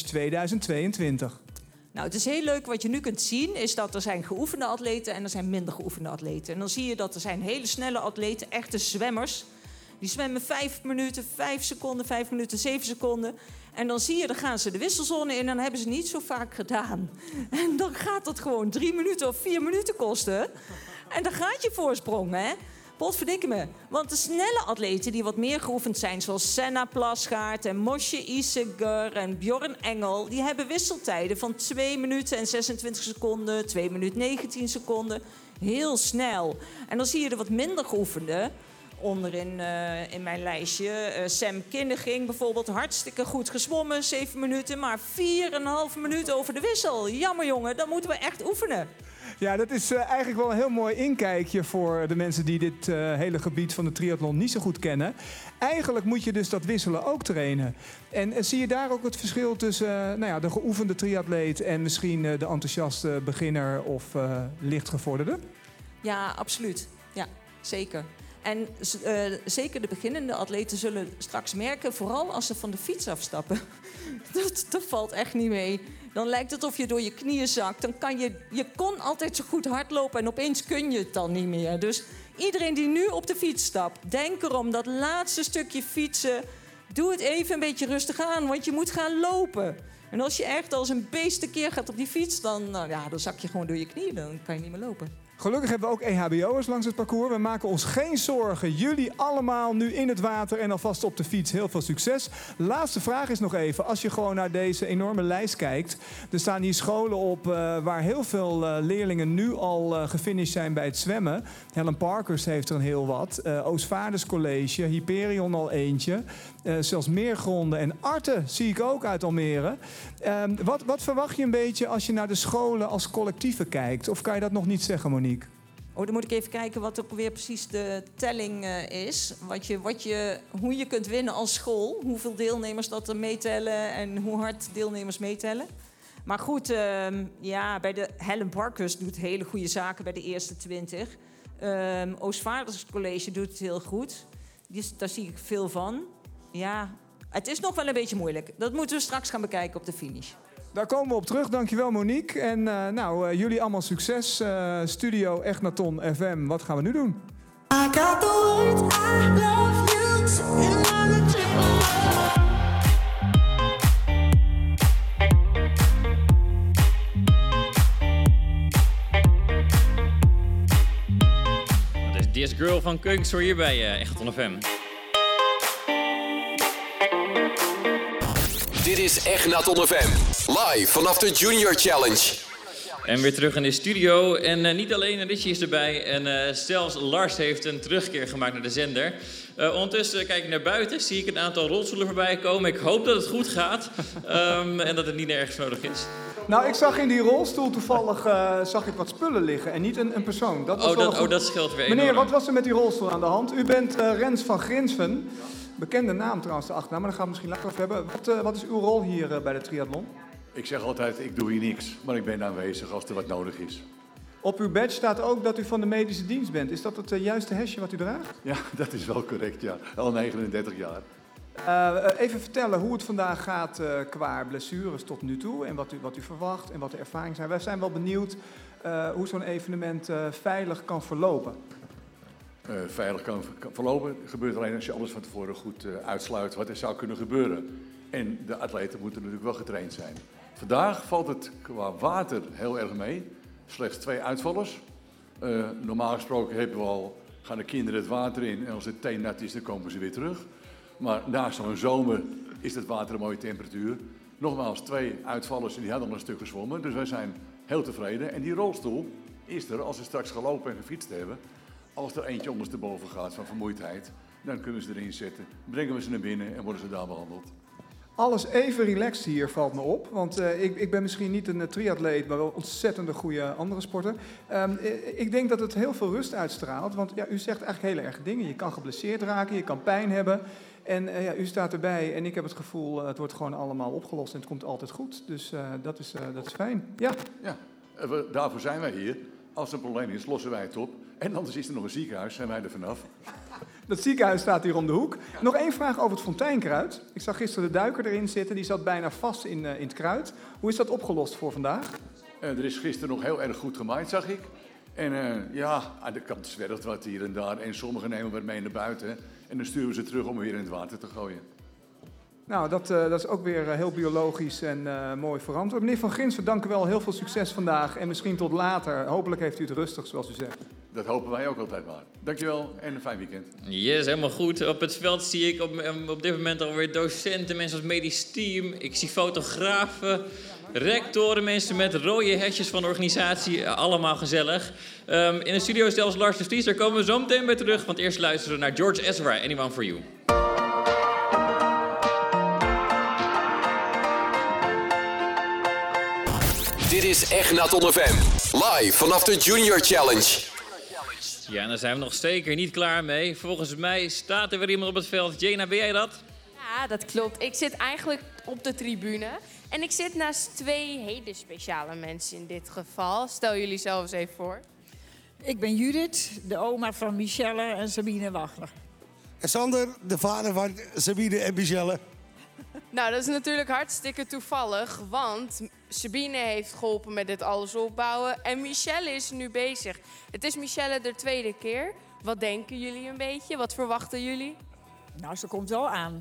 2022? Nou, het is heel leuk. Wat je nu kunt zien is dat er zijn geoefende atleten en er zijn minder geoefende atleten. En dan zie je dat er zijn hele snelle atleten, echte zwemmers. Die zwemmen 5 minuten, 5 seconden, 5 minuten, 7 seconden. En dan zie je, dan gaan ze de wisselzone in en dan hebben ze niet zo vaak gedaan. En dan gaat dat gewoon 3 minuten of 4 minuten kosten. En dan gaat je voorsprong, hè. Potverdikke me. Want de snelle atleten die wat meer geoefend zijn, zoals Senna Plasgaard en Moshe Isseger en Bjorn Engel, die hebben wisseltijden van 2 minuten en 26 seconden, 2 minuten 19 seconden. Heel snel. En dan zie je de wat minder geoefende. Onderin in mijn lijstje. Sam Kinneging bijvoorbeeld, hartstikke goed gezwommen, 7 minuten, maar 4,5 minuten over de wissel. Jammer jongen, dan moeten we echt oefenen. Ja, dat is eigenlijk wel een heel mooi inkijkje voor de mensen die dit hele gebied van de triathlon niet zo goed kennen. Eigenlijk moet je dus dat wisselen ook trainen. En zie je daar ook het verschil tussen de geoefende triatleet en misschien de enthousiaste beginner of lichtgevorderde? Ja, absoluut. Ja, zeker. En zeker de beginnende atleten zullen straks merken, vooral als ze van de fiets afstappen. Dat valt echt niet mee. Dan lijkt het of je door je knieën zakt. Dan kan je kon altijd zo goed hardlopen en opeens kun je het dan niet meer. Dus iedereen die nu op de fiets stapt, denk erom, dat laatste stukje fietsen, doe het even een beetje rustig aan, want je moet gaan lopen. En als je echt als een beest een keer gaat op die fiets, dan zak je gewoon door je knieën. Dan kan je niet meer lopen. Gelukkig hebben we ook EHBO'ers langs het parcours. We maken ons geen zorgen. Jullie allemaal nu in het water en alvast op de fiets. Heel veel succes. Laatste vraag is nog even. Als je gewoon naar deze enorme lijst kijkt. Er staan hier scholen op waar heel veel leerlingen nu al gefinished zijn bij het zwemmen. Helen Parkhurst heeft er een heel wat. Oostvaarders College, Hyperion al eentje. Zelfs Meergronden en Arte zie ik ook uit Almere. Wat verwacht je een beetje als je naar de scholen als collectieven kijkt? Of kan je dat nog niet zeggen, Monique? Dan moet ik even kijken wat ook weer precies de telling is. Hoe je kunt winnen als school. Hoeveel deelnemers dat er meetellen en hoe hard deelnemers meetellen. Maar goed, bij de Helen Parkhurst doet hele goede zaken bij de eerste 20. Oostvaarders College doet het heel goed. Daar zie ik veel van. Ja, het is nog wel een beetje moeilijk. Dat moeten we straks gaan bekijken op de finish. Daar komen we op terug. Dankjewel Monique. En jullie allemaal succes. Studio Echnaton FM. Wat gaan we nu doen? I got the words I love you This Girl van Kunks hoor hier bij Echton FM. Dit is Echton FM, live vanaf de Junior Challenge. En weer terug in de studio. En niet alleen Richie is erbij. En zelfs Lars heeft een terugkeer gemaakt naar de zender. Ondertussen kijk ik naar buiten. Zie ik een aantal rolstoelen voorbij komen. Ik hoop dat het goed gaat. En dat het niet nergens nodig is. Nou, ik zag in die rolstoel toevallig zag ik wat spullen liggen en niet een persoon. Dat was dat scheelt weer Meneer, enorm. wat was er met die rolstoel aan de hand? U bent Rens van Grinsven. Bekende naam trouwens, de achternaam, maar daar gaan we het misschien later over hebben. Wat is uw rol hier bij de triathlon? Ik zeg altijd, ik doe hier niks, maar ik ben aanwezig als er wat nodig is. Op uw badge staat ook dat u van de medische dienst bent. Is dat het juiste hesje wat u draagt? Ja, dat is wel correct, ja. Al 39 jaar. Even vertellen hoe het vandaag gaat qua blessures tot nu toe en wat u verwacht en wat de ervaringen zijn. Wij zijn wel benieuwd hoe zo'n evenement veilig kan verlopen. Veilig kan verlopen gebeurt alleen als je alles van tevoren goed uitsluit wat er zou kunnen gebeuren. En de atleten moeten natuurlijk wel getraind zijn. Vandaag valt het qua water heel erg mee. Slechts 2 uitvallers. Normaal gesproken gaan de kinderen het water in en als het teennat is, dan komen ze weer terug. Maar na zo'n zomer is het water een mooie temperatuur. Nogmaals, 2 uitvallers en die hadden al een stuk gezwommen. Dus wij zijn heel tevreden. En die rolstoel is er als ze straks gelopen en gefietst hebben. Als er eentje ondersteboven gaat van vermoeidheid, dan kunnen ze erin zetten. Brengen we ze naar binnen en worden ze daar behandeld. Alles even relaxed hier valt me op, want ik ben misschien niet een triatleet, maar wel ontzettend goede andere sporter. Ik denk dat het heel veel rust uitstraalt, want ja, u zegt eigenlijk hele erge dingen. Je kan geblesseerd raken, je kan pijn hebben en u staat erbij en ik heb het gevoel het wordt gewoon allemaal opgelost en het komt altijd goed. Dus dat is fijn. Ja. Daarvoor zijn wij hier. Als er een probleem is, lossen wij het op. En anders is er nog een ziekenhuis, zijn wij er vanaf. Dat ziekenhuis staat hier om de hoek. Nog 1 vraag over het fonteinkruid. Ik zag gisteren de duiker erin zitten, die zat bijna vast in het kruid. Hoe is dat opgelost voor vandaag? Er is gisteren nog heel erg goed gemaaid, zag ik. En aan de kant zwerft wat hier en daar. En sommigen nemen wat mee naar buiten. En dan sturen we ze terug om weer in het water te gooien. Nou, dat is ook weer heel biologisch en mooi verantwoord. Meneer Van Grinsven, dank u wel. Heel veel succes vandaag en misschien tot later. Hopelijk heeft u het rustig, zoals u zegt. Dat hopen wij ook altijd maar. Dankjewel en een fijn weekend. Yes, helemaal goed. Op het veld zie ik op dit moment alweer docenten, mensen als medisch team. Ik zie fotografen, rectoren, mensen met rode hesjes van de organisatie. Allemaal gezellig. In de studio is zelfs Lars de Vries. Daar komen we zo meteen bij terug. Want eerst luisteren we naar George Ezra, Anyone for You. Dit is Echton FM, live vanaf de Junior Challenge. Ja, en daar zijn we nog zeker niet klaar mee. Volgens mij staat er weer iemand op het veld. Jena, ben jij dat? Ja, dat klopt. Ik zit eigenlijk op de tribune. En ik zit naast 2 hele speciale mensen in dit geval. Stel jullie zelf eens even voor. Ik ben Judith, de oma van Michelle en Sabine Wagner. En Sander, de vader van Sabine en Michelle. Nou, dat is natuurlijk hartstikke toevallig, want Sabine heeft geholpen met dit alles opbouwen en Michelle is nu bezig. Het is Michelle de 2e keer. Wat denken jullie een beetje? Wat verwachten jullie? Nou, ze komt wel aan.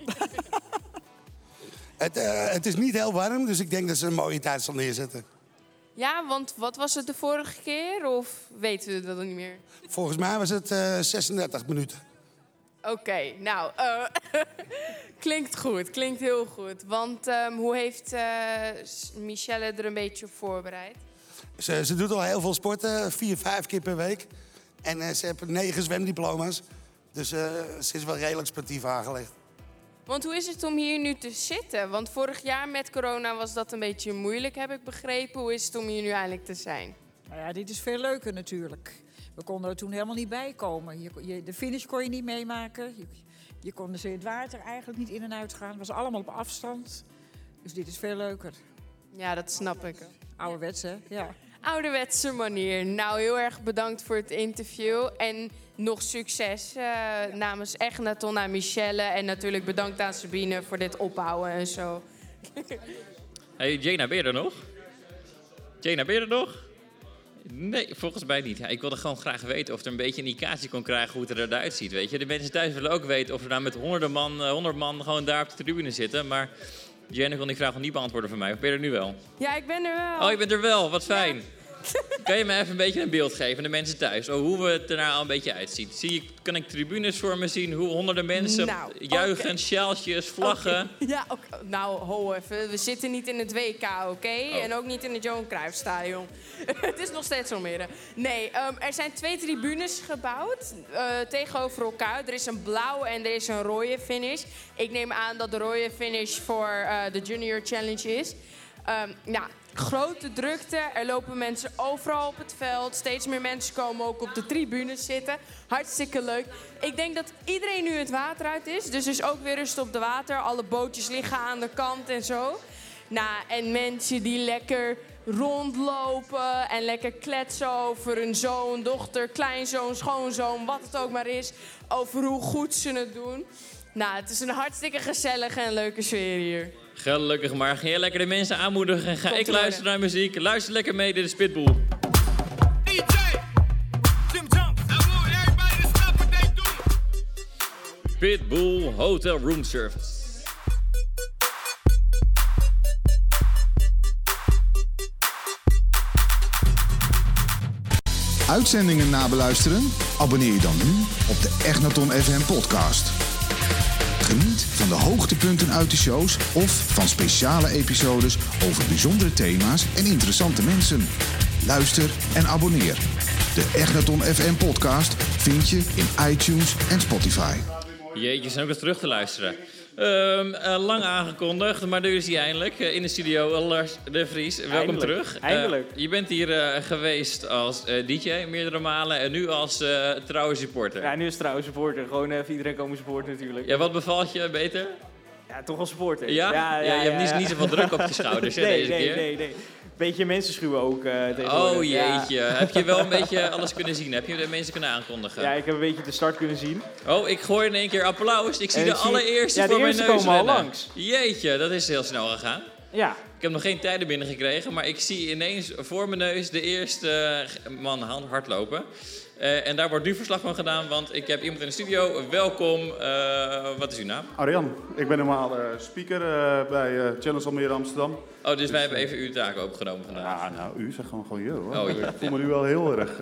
Het is niet heel warm, dus ik denk dat ze een mooie tijd zal neerzetten. Ja, want wat was het de vorige keer of weten we dat niet meer? Volgens mij was het 36 minuten. Oké, nou, klinkt goed, klinkt heel goed. Want hoe heeft Michelle er een beetje op voorbereid? Ze doet al heel veel sporten, 4-5 keer per week. En ze heeft 9 zwemdiploma's. Dus ze is wel redelijk sportief aangelegd. Want hoe is het om hier nu te zitten? Want vorig jaar met corona was dat een beetje moeilijk, heb ik begrepen. Hoe is het om hier nu eindelijk te zijn? Nou ja, dit is veel leuker natuurlijk. We konden er toen helemaal niet bij komen. De finish kon je niet meemaken. Je kon dus het water eigenlijk niet in en uit gaan. Het was allemaal op afstand. Dus dit is veel leuker. Ja, dat snap ik. Ouderwets, hè? Ja. Ouderwetse manier. Nou, heel erg bedankt voor het interview. En nog succes namens Echnaton aan Michelle. En natuurlijk bedankt aan Sabine voor dit ophouden en zo. Hey, Jena, ben je er nog? Jena, ben je er nog? Nee, volgens mij niet. Ja, ik wilde gewoon graag weten of er een beetje een indicatie kon krijgen hoe het eruit ziet. Weet je? De mensen thuis willen ook weten of er daar met 100 man gewoon daar op de tribune zitten. Maar Jenny kon die vraag nog niet beantwoorden voor mij. Of ben je er nu wel? Ja, ik ben er wel. Oh, je bent er wel. Wat fijn. Ja. Kan je me even een beetje een beeld geven, de mensen thuis, hoe het er nou al een beetje uitziet? Kan ik tribunes voor me zien, hoe honderden mensen juichen, sjaaltjes, vlaggen? Okay. Ja, nou, ho even. We zitten niet in het WK, oké? En ook niet in het Johan Cruijffstadion. Het is nog steeds Almere. Nee, er zijn 2 tribunes gebouwd tegenover elkaar. Er is een blauwe en er is een rode finish. Ik neem aan dat de rode finish voor de Junior Challenge is. Grote drukte, er lopen mensen overal op het veld. Steeds meer mensen komen ook op de tribunes zitten. Hartstikke leuk. Ik denk dat iedereen nu het water uit is. Dus er is ook weer rust op de water. Alle bootjes liggen aan de kant en zo. En mensen die lekker rondlopen en lekker kletsen over hun zoon, dochter, kleinzoon, schoonzoon, wat het ook maar is. Over hoe goed ze het doen. Het is een hartstikke gezellige en leuke sfeer hier. Gelukkig maar. Ga jij lekker de mensen aanmoedigen en ga ik luisteren naar muziek. Luister lekker mee, dit is Pitbull. DJ! Jim Jump! Everybody to stop what they do! Pitbull Hotel Room Service. Uitzendingen nabeluisteren? Abonneer je dan nu op de Echnaton FM podcast. Geniet van de hoogtepunten uit de shows of van speciale episodes over bijzondere thema's en interessante mensen. Luister en abonneer. De Echnaton FM podcast vind je in iTunes en Spotify. Jeetje, zijn ook eens terug te luisteren. Lang aangekondigd, maar nu is hij eindelijk in de studio. Lars de Vries, welkom eindelijk, terug. Eindelijk. Je bent hier geweest als DJ meerdere malen en nu als trouwe supporter. Ja, nu als trouwe supporter. Gewoon even iedereen komen supporten natuurlijk. Ja, wat bevalt je beter? Ja, toch als supporter. Ja? Je hebt niet zoveel druk op je schouders deze keer. Nee. Beetje mensen schuwen ook tegenwoordig. Oh jeetje, ja. Heb je wel een beetje alles kunnen zien? Heb je de mensen kunnen aankondigen? Ja, ik heb een beetje de start kunnen zien. Oh, ik gooi in één keer applaus. Ik zie de allereerste voor mijn neus komen rennen. al langs. Jeetje, dat is heel snel gegaan. Ja. Ik heb nog geen tijden binnengekregen, maar ik zie ineens voor mijn neus de eerste man hardlopen. En daar wordt nu verslag van gedaan, want ik heb iemand in de studio. Welkom. Wat is uw naam? Arjan. Ik ben normaal speaker bij Challenge Almere Amsterdam. Oh, dus wij hebben even uw taken opgenomen vandaag. Ja, nou, u zegt gewoon je hoor. Oh, ja. Ik voel me nu wel heel erg...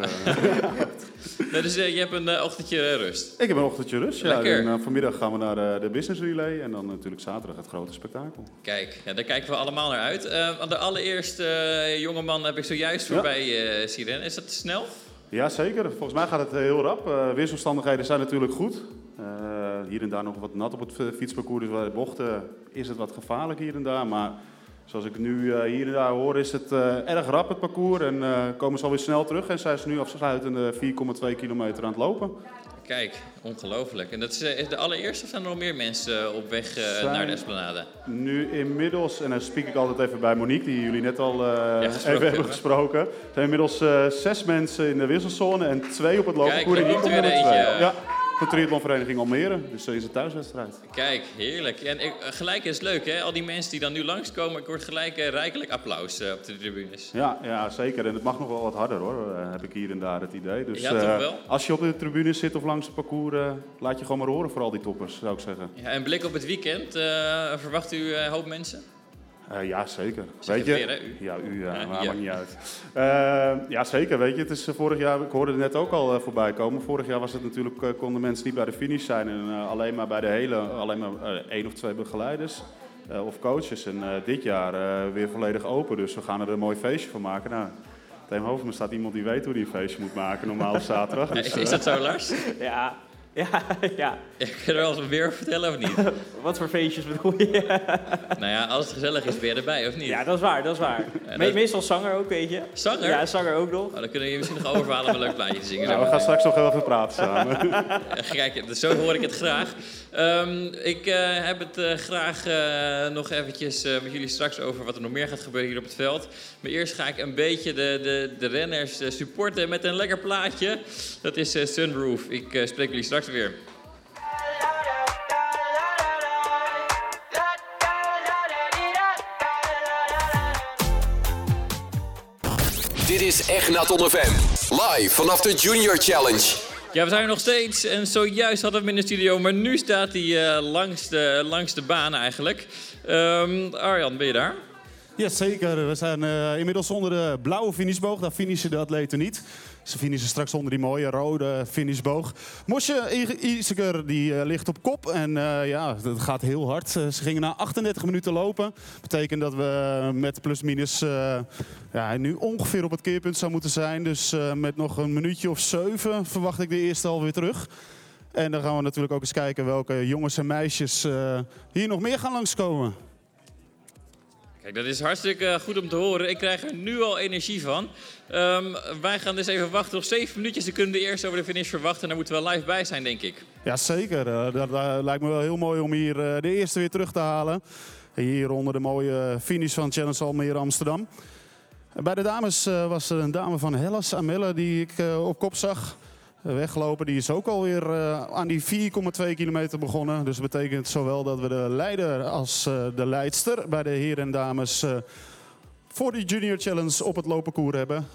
Dus je hebt een ochtendje rust? Ik heb een ochtendje rust, ja. Lekker. En, vanmiddag gaan we naar de Business Relay en dan natuurlijk zaterdag het grote spektakel. Kijk, daar kijken we allemaal naar uit. De allereerste jongeman heb ik zojuist voorbij zien rennen. Is dat snel? Ja, zeker. Volgens mij gaat het heel rap. Weersomstandigheden zijn natuurlijk goed. Hier en daar nog wat nat op het fietsparcours. Dus bij de bochten is het wat gevaarlijk hier en daar. Maar zoals ik nu hier en daar hoor, is het erg rap het parcours. En komen ze alweer snel terug. En zijn ze nu afsluitende 4,2 kilometer aan het lopen. Kijk, ongelooflijk. En dat is de allereerste of zijn er nog meer mensen op weg naar de Esplanade? Nu inmiddels, en dan spreek ik altijd even bij Monique, die jullie net al even hebben gesproken. Er zijn inmiddels 6 mensen in de wisselzone en 2 op het loopparcours. Kijk, er komt er weer eentje. Ja, de triathlonvereniging Almere. Dus is een thuiswedstrijd. Kijk, heerlijk. En gelijk is het leuk, hè? Al die mensen die dan nu langskomen, ik hoor gelijk rijkelijk applaus op de tribunes. Ja, zeker. En het mag nog wel wat harder, hoor. Heb ik hier en daar het idee. Dus ja, toch wel? Als je op de tribunes zit of langs het parcours, laat je gewoon maar horen voor al die toppers, zou ik zeggen. Ja, en blik op het weekend. Verwacht u een hoop mensen? Ja, zeker. Weet je? Weer, hè, u? Ja, u, maar maakt niet uit. Ja, zeker. Weet je, het is vorig jaar, ik hoorde het net ook al voorbij komen. Vorig jaar was het natuurlijk, konden mensen niet bij de finish zijn en alleen maar bij de alleen maar 1 of 2 begeleiders of coaches. En dit jaar weer volledig open, dus we gaan er een mooi feestje van maken. Nou, tegenover me staat iemand die weet hoe die een feestje moet maken, normaal op zaterdag. Dus, is dat zo, Lars? Ja. Kun je er wel eens meer over vertellen of niet? Wat voor feestjes bedoel je? Nou ja, als het gezellig is, ben je erbij of niet? Ja, dat is waar. Meestal zanger ook, weet je. Zanger? Ja, zanger ook nog. Dan kunnen we je misschien nog overhalen om een leuk plaatje te zingen. Nou, we gaan straks nog heel even praten samen. Kijk, zo hoor ik het graag. Ik heb het graag nog eventjes met jullie straks over wat er nog meer gaat gebeuren hier op het veld. Maar eerst ga ik een beetje de renners supporten met een lekker plaatje. Dat is Sunroof. Ik spreek jullie straks weer. Dit is Echnaton FM. Live vanaf de Junior Challenge. Ja, we zijn er nog steeds en zojuist hadden we hem in de studio, maar nu staat hij langs de baan eigenlijk. Arjan, ben je daar? Ja, zeker. We zijn inmiddels onder de blauwe finishboog. Daar finishen de atleten niet. Ze finishen straks onder die mooie rode finishboog. Moshe Iseker die ligt op kop en ja, dat gaat heel hard. Ze gingen na 38 minuten lopen. Betekent dat we met plus-minus nu ongeveer op het keerpunt zou moeten zijn. Dus met nog een minuutje of 7 verwacht ik de eerste alweer terug. En dan gaan we natuurlijk ook eens kijken welke jongens en meisjes hier nog meer gaan langskomen. Kijk, dat is hartstikke goed om te horen. Ik krijg er nu al energie van. Wij gaan dus even wachten. Nog 7 minuutjes. Dan kunnen we de eerste over de finish verwachten. Daar moeten we live bij zijn, denk ik. Ja, zeker. Dat lijkt me wel heel mooi om hier de eerste weer terug te halen. Hier onder de mooie finish van Challenge Almere Amsterdam. Bij de dames was er een dame van Hellas, Amelle, die ik op kop zag. Weggelopen. Die is ook alweer aan die 4,2 kilometer begonnen. Dus dat betekent zowel dat we de leider als de leidster bij de heren en dames voor die Junior Challenge op het loopparcours hebben.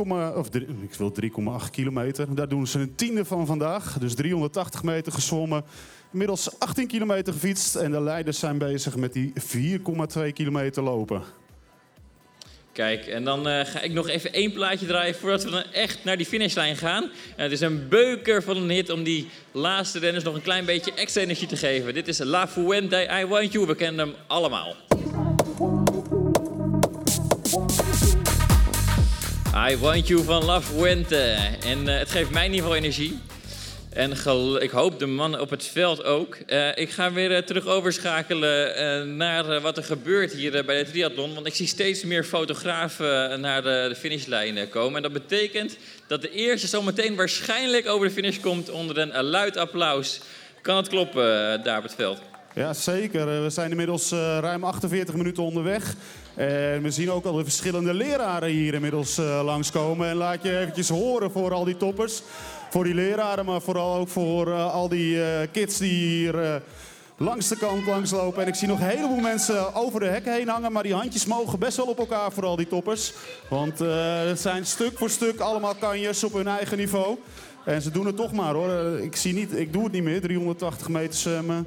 3,8 kilometer. Daar doen ze een tiende van vandaag. Dus 380 meter gezwommen. Inmiddels 18 kilometer gefietst. En de leiders zijn bezig met die 4,2 kilometer lopen. Kijk, en dan ga ik nog even 1 plaatje draaien voordat we dan echt naar die finishlijn gaan. En het is een beuker van een hit om die laatste renners nog een klein beetje extra energie te geven. Dit is La Fuente, I Want You. We kennen hem allemaal. I Want You van La Fuente. En het geeft mij in ieder geval energie. En ik hoop de mannen op het veld ook. Ik ga weer terug overschakelen naar wat er gebeurt hier bij de triathlon. Want ik zie steeds meer fotografen naar de finishlijn komen. En dat betekent dat de eerste zometeen waarschijnlijk over de finish komt onder een luid applaus. Kan het kloppen daar op het veld? Ja, zeker. We zijn inmiddels ruim 48 minuten onderweg. En we zien ook al de verschillende leraren hier inmiddels langskomen. En laat je eventjes horen voor al die toppers. Voor die leraren, maar vooral ook voor al die kids die hier langs de kant langslopen. En ik zie nog een heleboel mensen over de hekken heen hangen. Maar die handjes mogen best wel op elkaar voor al die toppers. Want het zijn stuk voor stuk allemaal kanjers op hun eigen niveau. En ze doen het toch maar hoor. Ik doe het niet meer, 380 meter zwemmen.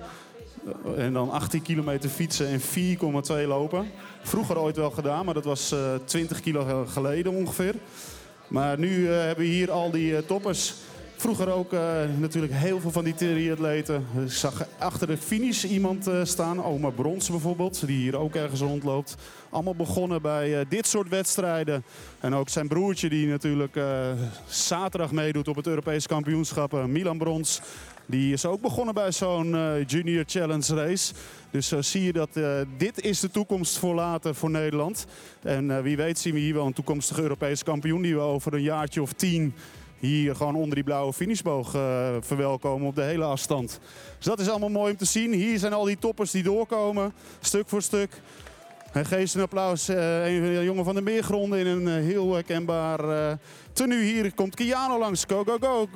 En dan 18 kilometer fietsen en 4,2 lopen. Vroeger ooit wel gedaan, maar dat was 20 kilo geleden ongeveer. Maar nu hebben we hier al die toppers. Vroeger ook natuurlijk heel veel van die triatleten. Ik zag achter de finish iemand staan. Oma Brons bijvoorbeeld, die hier ook ergens rondloopt. Allemaal begonnen bij dit soort wedstrijden. En ook zijn broertje die natuurlijk zaterdag meedoet op het Europese kampioenschap. Milan Brons. Die is ook begonnen bij zo'n Junior Challenge race. Dus zo zie je dat dit is de toekomst voor later voor Nederland. En wie weet zien we hier wel een toekomstige Europese kampioen die we over een jaartje of 10 hier gewoon onder die blauwe finishboog verwelkomen op de hele afstand. Dus dat is allemaal mooi om te zien. Hier zijn al die toppers die doorkomen, stuk voor stuk. En geef ze een applaus. Een jongen van de Meergronden in een heel herkenbaar tenue. Hier komt Keanu langs. Go, go, go.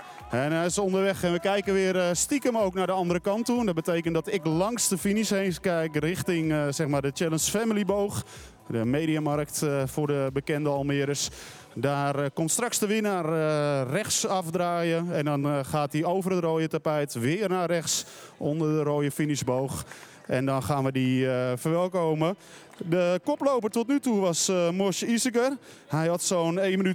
En hij is onderweg en we kijken weer stiekem ook naar de andere kant toe. Dat betekent dat ik langs de finish heen kijk richting zeg maar de Challenge Family boog. De mediamarkt voor de bekende Almeres. Daar komt straks de winnaar rechts afdraaien. En dan gaat hij over het rode tapijt weer naar rechts onder de rode finishboog. En dan gaan we die verwelkomen. De koploper tot nu toe was Moshe Iseker. Hij had zo'n 1 minuut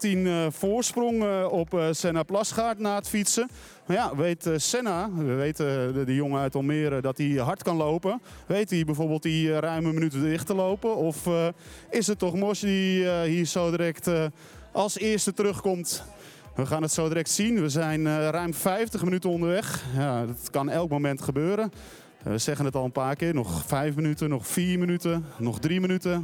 15 voorsprong op Senna Plasgaard na het fietsen. Maar ja, weet Senna, we weten de jongen uit Almere, dat hij hard kan lopen. Weet hij bijvoorbeeld die ruime minuten dicht te lopen? Of is het toch Moshe die hier zo direct als eerste terugkomt? We gaan het zo direct zien. We zijn ruim 50 minuten onderweg. Ja, dat kan elk moment gebeuren. We zeggen het al een paar keer. Nog 5 minuten, nog 4 minuten, nog 3 minuten.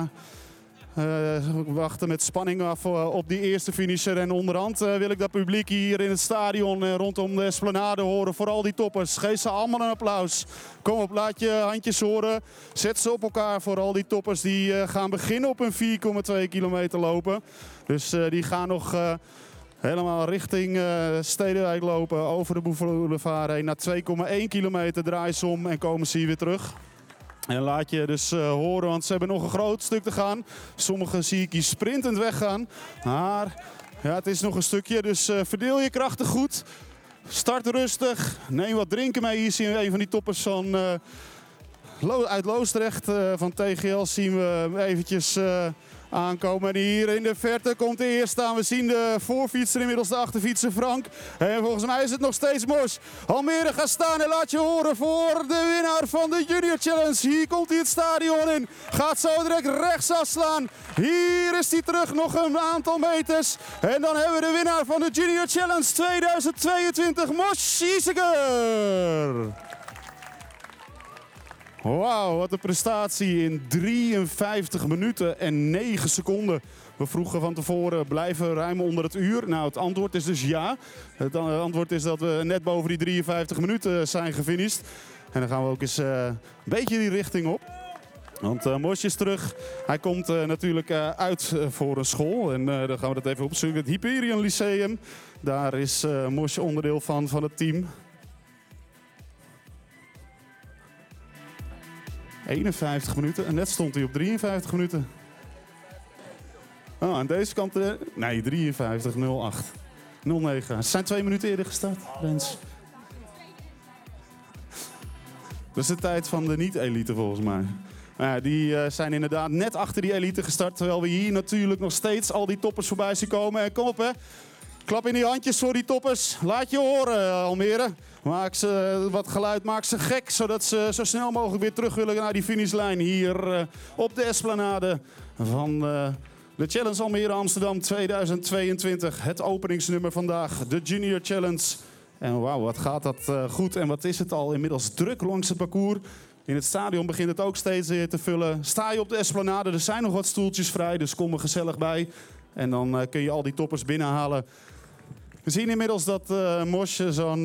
We wachten met spanning af op die eerste finisher. En onderhand wil ik dat publiek hier in het stadion rondom de Esplanade horen. Voor al die toppers. Geef ze allemaal een applaus. Kom op, laat je handjes horen. Zet ze op elkaar voor al die toppers die gaan beginnen op een 4,2 kilometer lopen. Dus die gaan nog helemaal richting Stedenwijk lopen. Over de Boulevard heen naar 2,1 kilometer draaien ze om en komen ze hier weer terug. En laat je dus horen, want ze hebben nog een groot stuk te gaan. Sommigen zie ik hier sprintend weggaan. Maar ja, het is nog een stukje, dus verdeel je krachten goed. Start rustig, neem wat drinken mee. Hier zien we een van die toppers van, uit Loosdrecht. Van TGL zien we eventjes aankomen. En hier in de verte komt de eerste aan. We zien de voorfietser, inmiddels de achterfietser Frank. En volgens mij is het nog steeds Mos. Almere gaat staan en laat je horen voor de winnaar van de Junior Challenge. Hier komt hij het stadion in. Gaat zo direct rechts afslaan. Hier is hij terug, nog een aantal meters. En dan hebben we de winnaar van de Junior Challenge 2022, Mos Ieseker. Wauw, wat een prestatie in 53 minuten en 9 seconden. We vroegen van tevoren, blijven we ruim onder het uur? Nou, het antwoord is dus ja. Het antwoord is dat we net boven die 53 minuten zijn gefinished. En dan gaan we ook eens een beetje die richting op. Want Mosje is terug. Hij komt natuurlijk uit voor een school. En dan gaan we dat even opzoeken. Het Hyperion Lyceum. Daar is Mosje onderdeel van het team. 51 minuten en net stond hij op 53 minuten. Oh, aan deze kant... nee, 53, 08. 09. Ze zijn 2 minuten eerder gestart, Rens. Dat is de tijd van de niet-elite volgens mij. Ja, die zijn inderdaad net achter die elite gestart. Terwijl we hier natuurlijk nog steeds al die toppers voorbij zien komen. En kom op hè. Klap in die handjes voor die toppers. Laat je horen, Almere. Maak ze wat geluid, maak ze gek. Zodat ze zo snel mogelijk weer terug willen naar die finishlijn. Hier op de Esplanade van de Challenge Almere Amsterdam 2022. Het openingsnummer vandaag, de Junior Challenge. En wauw, wat gaat dat goed. En wat is het al inmiddels druk langs het parcours. In het stadion begint het ook steeds weer te vullen. Sta je op de Esplanade, er zijn nog wat stoeltjes vrij. Dus kom er gezellig bij. En dan kun je al die toppers binnenhalen. We zien inmiddels dat Mosje zo'n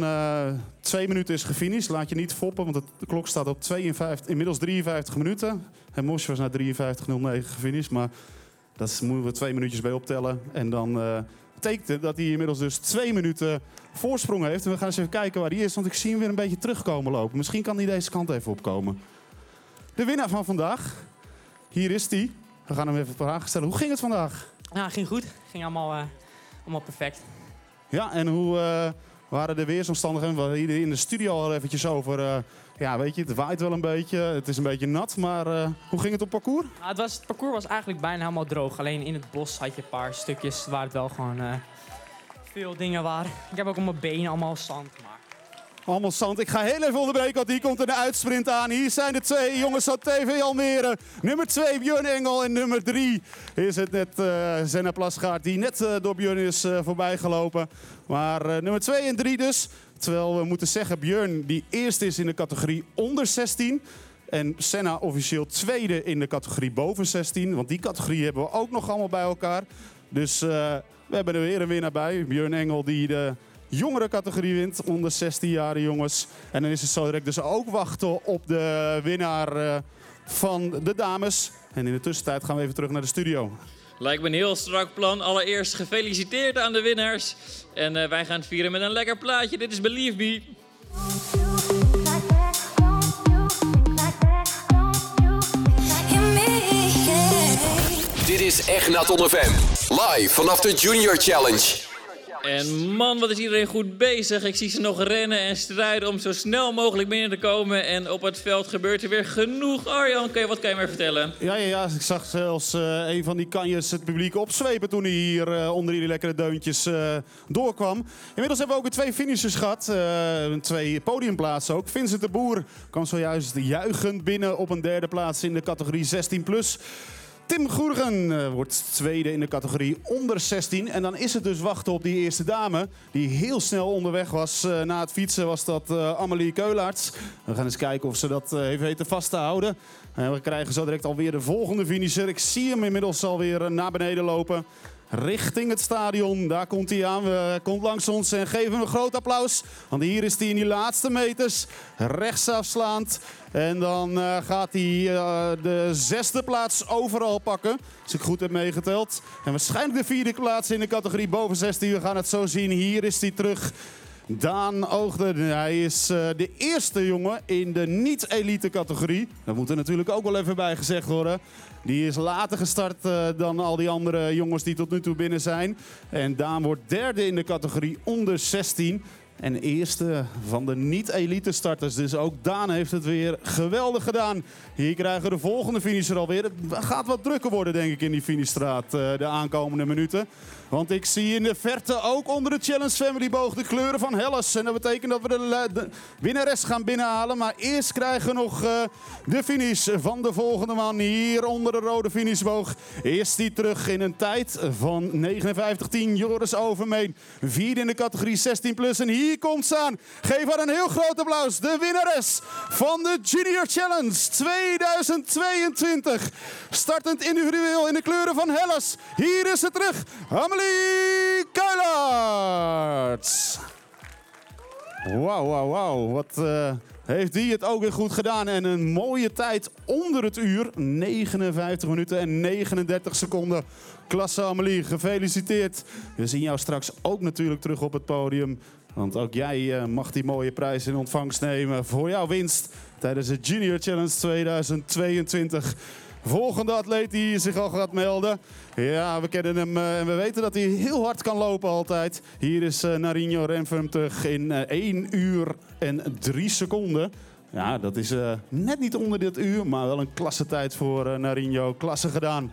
2 minuten is gefinished. Laat je niet foppen, want de klok staat op inmiddels 53 minuten. En Mosje was na 53:09 gefinished, maar daar moeten we 2 minuutjes bij optellen. En dan betekent het dat hij inmiddels dus 2 minuten voorsprong heeft. En we gaan eens even kijken waar hij is, want ik zie hem weer een beetje terugkomen lopen. Misschien kan hij deze kant even opkomen. De winnaar van vandaag, hier is hij. We gaan hem even vragen stellen. Hoe ging het vandaag? Ja, ging goed. Ging allemaal perfect. Ja, en hoe waren de weersomstandigheden? We hadden hier in de studio al eventjes over. Ja, weet je, het waait wel een beetje. Het is een beetje nat, maar hoe ging het op parcours? Nou, het parcours was eigenlijk bijna helemaal droog. Alleen in het bos had je een paar stukjes waar het wel gewoon veel dingen waren. Ik heb ook op mijn benen allemaal zand gemaakt. Allemaal zand. Ik ga heel even onderbreken, want hier komt een uitsprint aan. Hier zijn de 2 jongens van TV Almere. Nummer 2 Björn Engel en nummer 3 is het net Zenna Plasgaard, die net door Björn is voorbij gelopen. Maar nummer 2 en 3 dus. Terwijl we moeten zeggen, Björn die eerste is in de categorie onder 16. En Senna officieel tweede in de categorie boven 16. Want die categorie hebben we ook nog allemaal bij elkaar. Dus we hebben er weer een winnaar bij. Björn Engel die de jongere categorie wint, onder 16 jaar jongens. En dan is het zo direct dus ook wachten op de winnaar van de dames. En in de tussentijd gaan we even terug naar de studio. Lijkt me een heel strak plan. Allereerst gefeliciteerd aan de winnaars. En wij gaan het vieren met een lekker plaatje. Dit is Believe Me. Dit is Echnaton FM. Live vanaf de Junior Challenge. En man, wat is iedereen goed bezig. Ik zie ze nog rennen en strijden om zo snel mogelijk binnen te komen. En op het veld gebeurt er weer genoeg. Arjan, wat kan je mij vertellen? Ja, ik zag zelfs een van die kanjes het publiek opzwepen toen hij hier onder die lekkere deuntjes doorkwam. Inmiddels hebben we ook weer 2 finishers gehad. 2 podiumplaatsen ook. Vincent de Boer kwam zojuist juichend binnen op een 3e plaats in de categorie 16+. Tim Goergen wordt tweede in de categorie onder 16. En dan is het dus wachten op die eerste dame. Die heel snel onderweg was. Na het fietsen was dat Amelie Keulaerts. We gaan eens kijken of ze dat heeft weten vast te houden. We krijgen zo direct alweer de volgende finisher. Ik zie hem inmiddels alweer naar beneden lopen. Richting het stadion. Daar komt hij aan. Hij komt langs ons en geven hem een groot applaus. Want hier is hij in die laatste meters. Rechtsafslaand. En dan gaat hij de 6e plaats overal pakken. Als ik goed heb meegeteld. En waarschijnlijk de 4e plaats in de categorie boven 16. We gaan het zo zien. Hier is hij terug. Daan Oogden, hij is de eerste jongen in de niet-elite categorie. Dat moet er natuurlijk ook wel even bij gezegd worden. Die is later gestart dan al die andere jongens die tot nu toe binnen zijn. En Daan wordt derde in de categorie onder 16. En eerste van de niet-elite starters. Dus ook Daan heeft het weer geweldig gedaan. Hier krijgen we de volgende finisher alweer. Het gaat wat drukker worden, denk ik, in die finishstraat de aankomende minuten. Want ik zie in de verte ook onder de Challenge Family boog de kleuren van Helles. En dat betekent dat we de winnares gaan binnenhalen. Maar eerst krijgen we nog de finish van de volgende man. Hier onder de rode finishboog is die terug in een tijd van 59-10. Joris Overmeen, vierde in de categorie 16+. En hier komt ze aan. Geef haar een heel groot applaus. De winnares van de Junior Challenge 2022. Startend individueel in de kleuren van Helles. Hier is ze terug. Amelie Kuilaerts. Wauw. Wat heeft die het ook weer goed gedaan. En een mooie tijd onder het uur. 59 minuten en 39 seconden. Klasse Amelie, gefeliciteerd. We zien jou straks ook natuurlijk terug op het podium. Want ook jij mag die mooie prijs in ontvangst nemen voor jouw winst tijdens de Junior Challenge 2022. Volgende atleet die zich al gaat melden. Ja, we kennen hem en we weten dat hij heel hard kan lopen altijd. Hier is Narinho Renfrem terug in 1 uur en 3 seconden. Ja, dat is net niet onder dit uur, maar wel een klasse tijd voor Narinho. Klasse gedaan.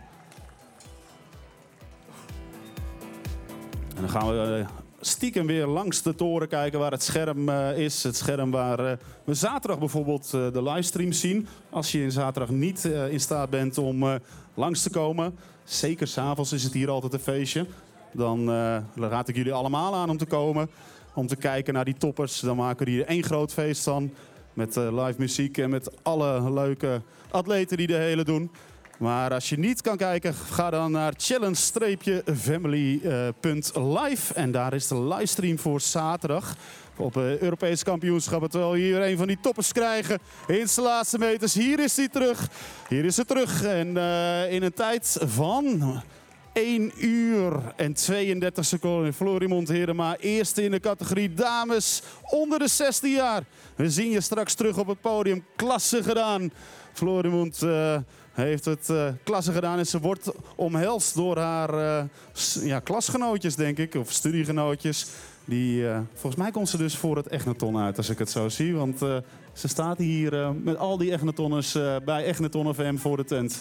En dan gaan we stiekem weer langs de toren kijken waar het scherm is. Het scherm waar we zaterdag bijvoorbeeld de livestream zien. Als je zaterdag niet in staat bent om langs te komen. Zeker 's avonds is het hier altijd een feestje. Dan raad ik jullie allemaal aan om te komen. Om te kijken naar die toppers. Dan maken we hier 1 groot feest van. Met live muziek en met alle leuke atleten die de hele doen. Maar als je niet kan kijken, ga dan naar challenge-family.live. En daar is de livestream voor zaterdag. Op Europees kampioenschap. Terwijl we hier een van die toppers krijgen. In zijn laatste meters. Hier is hij terug. Hier is ze terug. En in een tijd van 1 uur en 32 seconden. Florimond Herema, eerste in de categorie dames onder de 16 jaar. We zien je straks terug op het podium. Klasse gedaan. Florimond heeft het klasse gedaan en ze wordt omhelst door haar klasgenootjes, denk ik, of studiegenootjes. Volgens mij komt ze dus voor het Echnaton uit, als ik het zo zie. Want ze staat hier met al die Echnatonners bij Echnaton FM voor de tent.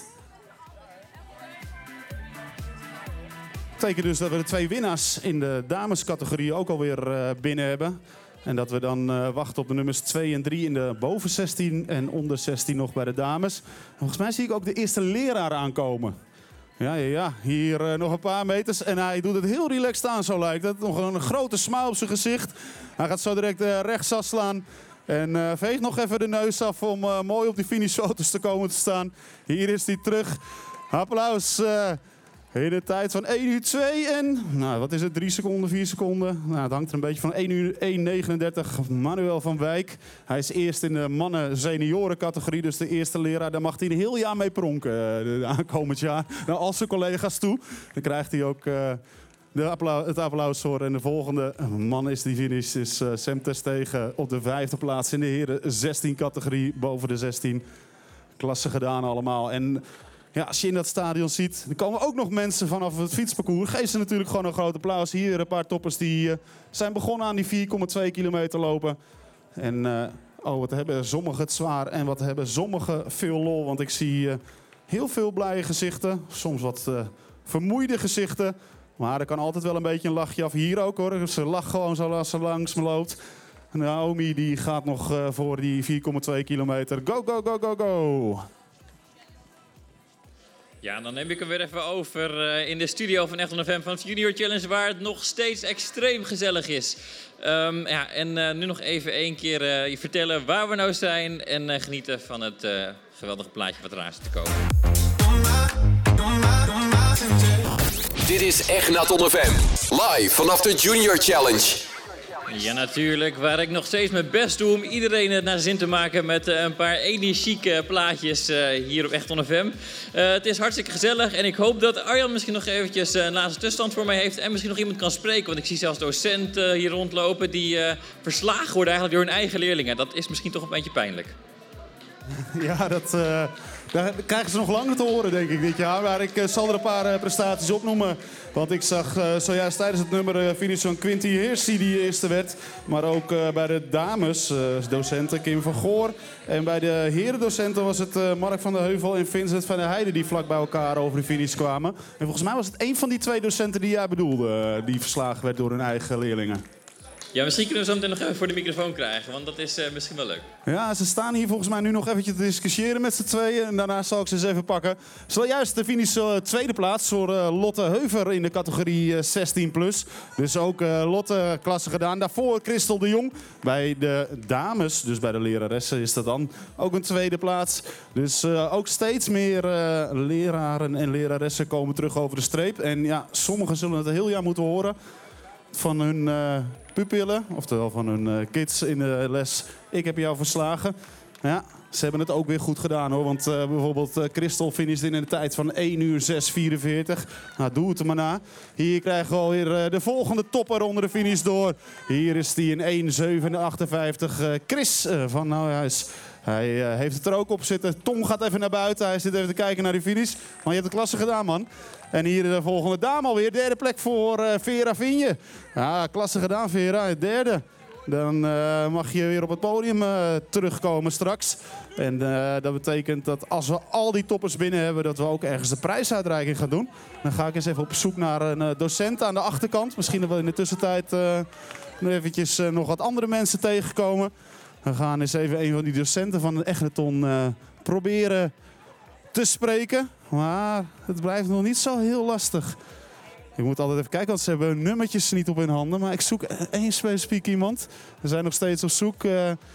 Dat betekent dus dat we de 2 winnaars in de damescategorie ook alweer binnen hebben. En dat we dan wachten op de nummers 2 en 3 in de boven 16 en onder 16 nog bij de dames. En volgens mij zie ik ook de eerste leraar aankomen. Ja. Hier nog een paar meters. En hij doet het heel relaxed aan, zo lijkt het. Nog een grote smile op zijn gezicht. Hij gaat zo direct rechts afslaan. En veegt nog even de neus af om mooi op die finishfoto's te komen te staan. Hier is hij terug. Applaus. In de tijd van 1 uur 2 en, wat is het, 3 seconden, 4 seconden. Het hangt er een beetje van 1 uur 1:39. Manuel van Wijk. Hij is eerst in de mannen senioren categorie, dus de eerste leraar. Daar mag hij een heel jaar mee pronken, aankomend jaar. Naar al zijn collega's toe. Dan krijgt hij ook het applaus voor. En de volgende man is die finish is Sam Terstegen op de 5e plaats in de heren 16 categorie, boven de 16. Klasse gedaan allemaal. En ja, als je in dat stadion ziet, er komen ook nog mensen vanaf het fietsparcours. Geef ze natuurlijk gewoon een groot applaus. Hier een paar toppers die zijn begonnen aan die 4,2 kilometer lopen. En wat hebben sommigen het zwaar en wat hebben sommigen veel lol. Want ik zie heel veel blije gezichten, soms wat vermoeide gezichten. Maar er kan altijd wel een beetje een lachje af. Hier ook hoor, ze lacht gewoon zo als ze langs me loopt. Naomi die gaat nog voor die 4,2 kilometer. Go, go, go, go, go! Ja, dan neem ik hem weer even over in de studio van Echnaton FM van het Junior Challenge, waar het nog steeds extreem gezellig is. Nu nog even 1 keer je vertellen waar we nou zijn en genieten van het geweldige plaatje wat eraan zit te komen. Dit is Echnaton FM, live vanaf de Junior Challenge. Ja, natuurlijk. Waar ik nog steeds mijn best doe om iedereen het naar zin te maken met een paar energieke plaatjes hier op Echton FM. Het is hartstikke gezellig en ik hoop dat Arjan misschien nog eventjes een laatste tussenstand voor mij heeft en misschien nog iemand kan spreken. Want ik zie zelfs docenten hier rondlopen die verslagen worden eigenlijk door hun eigen leerlingen. Dat is misschien toch een beetje pijnlijk. Ja, daar krijgen ze nog langer te horen, denk ik, dit jaar. Maar ik zal er een paar prestaties opnoemen. Want ik zag zojuist tijdens het nummer finish van Quinty Heersie, die eerste werd. Maar ook bij de dames, docenten Kim van Goor. En bij de herendocenten was het Mark van der Heuvel en Vincent van der Heijden die vlak bij elkaar over de finish kwamen. En volgens mij was het een van die twee docenten die jij bedoelde, die verslagen werd door hun eigen leerlingen. Ja, misschien kunnen we zo meteen nog even voor de microfoon krijgen, want dat is misschien wel leuk. Ja, ze staan hier volgens mij nu nog eventjes te discussiëren met z'n tweeën. En daarna zal ik ze eens even pakken. Zojuist de finish tweede plaats voor Lotte Heuver in de categorie 16+. Dus ook Lotte klasse gedaan. Daarvoor Christel de Jong. Bij de dames, dus bij de leraressen, is dat dan ook een tweede plaats. Dus ook steeds meer leraren en leraressen komen terug over de streep. En ja, sommigen zullen het een heel jaar moeten horen van hun pupillen, oftewel van hun kids in de les. Ik heb jou verslagen. Ja, ze hebben het ook weer goed gedaan hoor. Want bijvoorbeeld Christel finisht in de tijd van 1:06:44. Nou, doe het er maar na. Hier krijgen we alweer de volgende topper onder de finish door. Hier is die in 1:07:58. Chris van Nouwhuis. Hij heeft het er ook op zitten. Tom gaat even naar buiten. Hij zit even te kijken naar die finish. Maar je hebt de klasse gedaan, man. En hier de volgende dame alweer. Derde plek voor Vera Vinje. Ja, klasse gedaan, Vera. Derde. Dan mag je weer op het podium terugkomen straks. En dat betekent dat als we al die toppers binnen hebben, dat we ook ergens de prijsuitreiking gaan doen. Dan ga ik eens even op zoek naar een docent aan de achterkant. Misschien dat we in de tussentijd nog eventjes nog wat andere mensen tegenkomen. We gaan eens even een van die docenten van de Echnaton proberen te spreken. Maar het blijft nog niet zo heel lastig. Ik moet altijd even kijken, want ze hebben nummertjes niet op hun handen. Maar ik zoek één specifiek iemand. We zijn nog steeds op zoek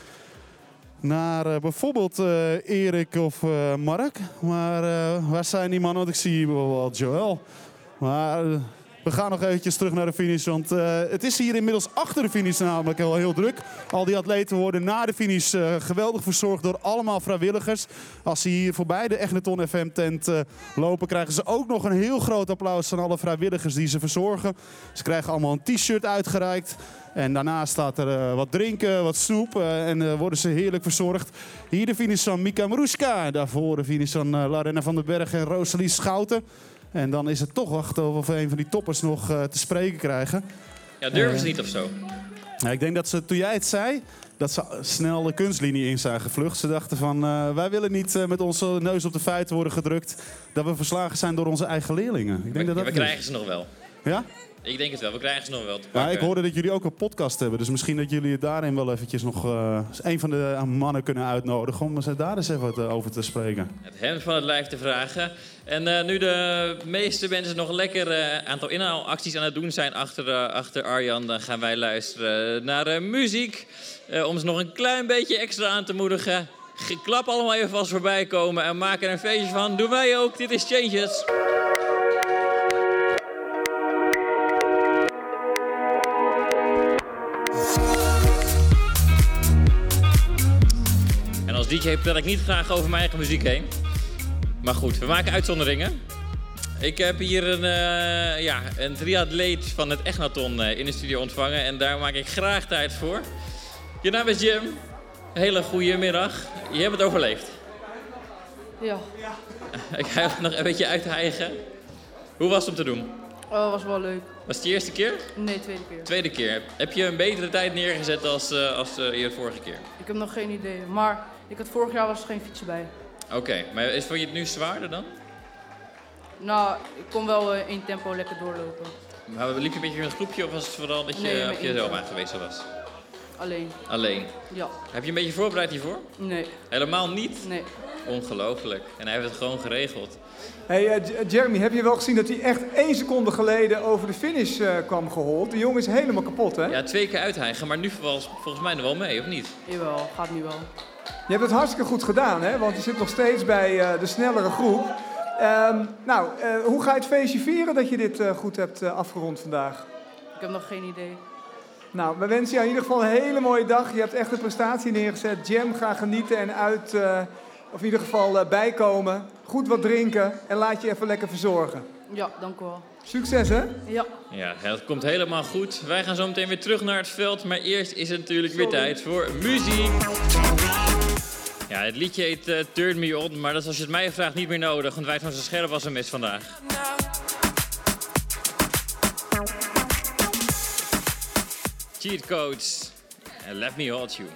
naar bijvoorbeeld Erik of Mark. Maar waar zijn die mannen? Want ik zie hier bijvoorbeeld Joël. Maar we gaan nog eventjes terug naar de finish. Want het is hier inmiddels achter de finish namelijk heel druk. Al die atleten worden na de finish geweldig verzorgd door allemaal vrijwilligers. Als ze hier voorbij de Echnaton FM tent lopen, krijgen ze ook nog een heel groot applaus van alle vrijwilligers die ze verzorgen. Ze krijgen allemaal een t-shirt uitgereikt. En daarna staat er wat drinken, wat snoep en worden ze heerlijk verzorgd. Hier de finish van Mika Maruska. Daarvoor de finish van Larena van den Berg en Rosalie Schouten. En dan is het toch wachten of we een van die toppers nog te spreken krijgen. Ja, durven ze niet of zo? Nou, ik denk dat ze, toen jij het zei, dat ze snel de kunstlinie in zijn gevlucht. Ze dachten van, wij willen niet met onze neus op de feiten worden gedrukt. Dat we verslagen zijn door onze eigen leerlingen. Ik denk dat we krijgen ze nog wel. Ja? Ik denk het wel, we krijgen ze nog wel te Ja, pakken. ik hoorde dat jullie ook een podcast hebben. Dus misschien dat jullie daarin wel eventjes nog een van de mannen kunnen uitnodigen om ze daar eens even over te spreken. Het hem van het lijf te vragen. En nu de meeste mensen nog lekker aantal inhaalacties aan het doen zijn achter Arjan, dan gaan wij luisteren naar muziek. Om ze nog een klein beetje extra aan te moedigen. Klap allemaal even vast voorbij komen en maak er een feestje van. Doen wij ook. Dit is Changes. En als DJ vertel ik niet graag over mijn eigen muziek heen. Maar goed, we maken uitzonderingen. Ik heb hier een triatleet van het Echnaton in de studio ontvangen. En daar maak ik graag tijd voor. Je naam is Jim. Een hele goede middag. Je hebt het overleefd. Ja. Ik ga het nog een beetje uithijgen. Hoe was het om te doen? Oh, was wel leuk. Was het je eerste keer? Nee, tweede keer. Tweede keer. Heb je een betere tijd neergezet als je vorige keer? Ik heb nog geen idee. Maar vorig jaar was er geen fietsen bij. Oké, maar vond je het nu zwaarder dan? Nou, ik kon wel in tempo lekker doorlopen. Maar liep je een beetje in een groepje of was het vooral dat je Nee, op jezelf aangewezen was? Alleen. Alleen? Ja. Heb je een beetje voorbereid hiervoor? Nee. Helemaal niet? Nee. Ongelooflijk. En hij heeft het gewoon geregeld. Hey, Jeremy, heb je wel gezien dat hij echt 1 seconde geleden over de finish kwam gehold? De jongen is helemaal kapot, hè? Ja, 2 keer uithijgen, maar nu was volgens mij nog wel mee, of niet? Jawel, gaat nu wel. Je hebt het hartstikke goed gedaan, hè? Want je zit nog steeds bij de snellere groep. Hoe ga je het feestje vieren dat je dit goed hebt afgerond vandaag? Ik heb nog geen idee. Nou, we wensen jou in ieder geval een hele mooie dag. Je hebt echt een prestatie neergezet. Jam, ga genieten en of in ieder geval bijkomen. Goed wat drinken en laat je even lekker verzorgen. Ja, dank u wel. Succes, hè? Ja. Ja, het komt helemaal goed. Wij gaan zo meteen weer terug naar het veld. Maar eerst is het natuurlijk weer tijd voor muziek. Ja, het liedje heet Turn Me On. Maar dat is als je het mij vraagt niet meer nodig. Want wij zijn zo scherp als een mes vandaag. Cheat codes. En Let Me Hold You.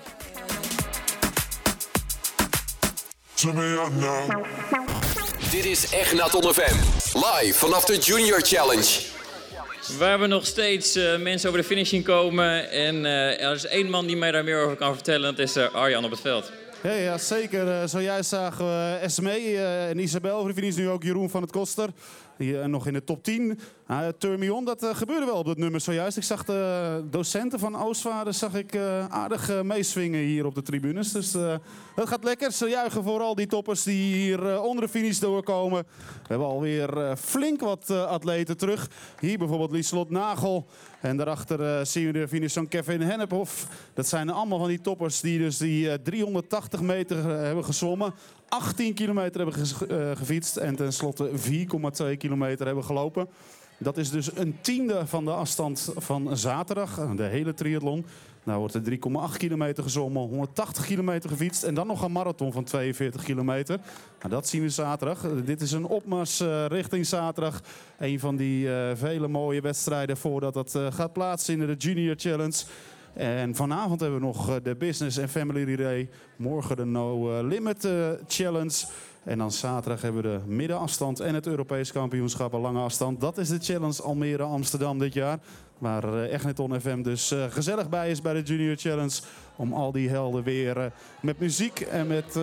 Dit is Echnaton FM. Live vanaf de Junior Challenge. Waar we nog steeds mensen over de finishing komen. En er is één man die mij daar meer over kan vertellen. Dat is Arjan op het veld. Ja, zeker. Zojuist zagen we Esme en Isabel over de finish. Nu ook Jeroen van het Koster. Die, nog in de top 10. Turn Me On, dat gebeurde wel op dat nummer zojuist. Ik zag de docenten van Oostvaarden aardig meeswingen hier op de tribunes. Dus dat gaat lekker. Ze juichen voor al die toppers die hier onder de finish doorkomen. We hebben alweer flink wat atleten terug. Hier bijvoorbeeld Lieselot Nagel. En daarachter zien we de finish van Kevin Hennephoff. Dat zijn allemaal van die toppers die dus die 380 meter hebben gezwommen. 18 kilometer hebben gefietst en tenslotte 4,2 kilometer hebben gelopen. Dat is dus een tiende van de afstand van zaterdag, de hele triathlon. Nou wordt er 3,8 kilometer gezwommen, 180 kilometer gefietst en dan nog een marathon van 42 kilometer. Nou, dat zien we zaterdag. Dit is een opmars richting zaterdag. Een van die vele mooie wedstrijden voordat dat gaat plaatsvinden, de Junior Challenge. En vanavond hebben we nog de Business en Family Relay. Morgen de No Limit Challenge. En dan zaterdag hebben we de middenafstand en het Europees kampioenschap lange afstand. Dat is de Challenge Almere Amsterdam dit jaar. Waar Echnaton FM dus gezellig bij is bij de Junior Challenge. Om al die helden weer met muziek en met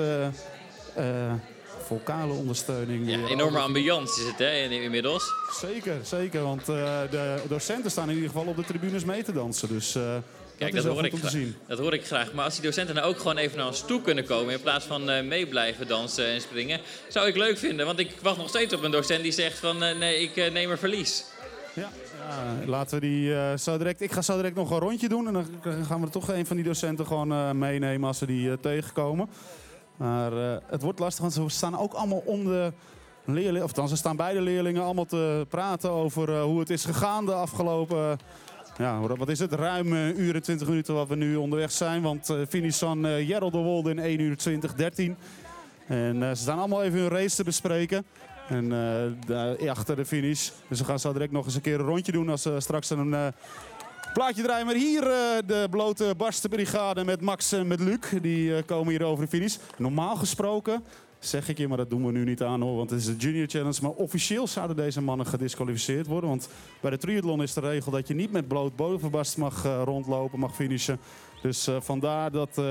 vocale ondersteuning. Ja, enorme ambiance is het hè, inmiddels. Zeker. Want de docenten staan in ieder geval op de tribunes mee te dansen. Dus kijk, dat hoor ik graag. Dat hoor ik graag. Maar als die docenten nou ook gewoon even naar ons toe kunnen komen in plaats van mee blijven dansen en springen, zou ik leuk vinden. Want ik wacht nog steeds op een docent die zegt van nee, ik neem er verlies. Ja, laten we die zo direct. Ik ga zo direct nog een rondje doen en dan gaan we toch een van die docenten gewoon meenemen als we die tegenkomen. Maar het wordt lastig, want ze staan ook allemaal om de leerlingen, of dan ze staan beide leerlingen allemaal te praten over hoe het is gegaan de afgelopen. Ja, wat is het? Ruim een uur en 20 minuten wat we nu onderweg zijn. Want finish van Gerald de Wolde in 1 uur 20:13. En ze staan allemaal even hun race te bespreken. En achter de finish. Dus we gaan zo direct nog eens een keer een rondje doen als we straks een plaatje draaien. Maar hier de blote barstenbrigade met Max en met Luc. Die komen hier over de finish. Normaal gesproken zeg ik je, maar dat doen we nu niet aan hoor, want het is de Junior Challenge. Maar officieel zouden deze mannen gedisqualificeerd worden. Want bij de triathlon is de regel dat je niet met bloot bovenbarst mag rondlopen, mag finishen. Dus vandaar dat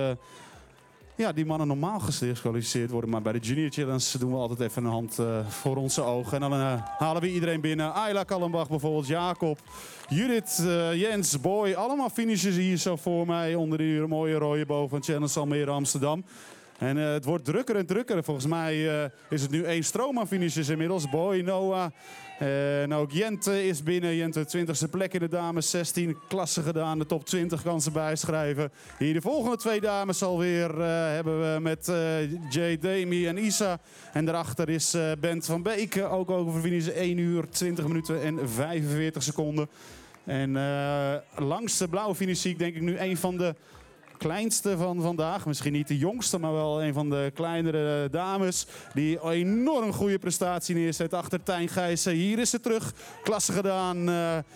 die mannen normaal gedisqualificeerd worden. Maar bij de Junior Challenge doen we altijd even een hand voor onze ogen. En dan halen we iedereen binnen. Ayla Kallenbach bijvoorbeeld, Jacob, Judith, Jens, Boy. Allemaal finishers hier zo voor mij onder die mooie rode boven van Challenge Almere Amsterdam. En het wordt drukker en drukker. Volgens mij is het nu 1 stroom aan finishes inmiddels. Boy, Noah. En ook Jente is binnen. Jente 20e plek in de dames. 16 klasse gedaan. De top 20 kan ze bijschrijven. Hier de volgende 2 dames alweer hebben we met Jay, Demi en Isa. En daarachter is Bent van Beek. Ook over finishes 1 uur 20 minuten en 45 seconden. En langs de blauwe finish zie ik denk ik nu een van de kleinste van vandaag. Misschien niet de jongste, maar wel een van de kleinere dames. Die een enorm goede prestatie neerzet achter Tijn Gijssen. Hier is ze terug. Klasse gedaan.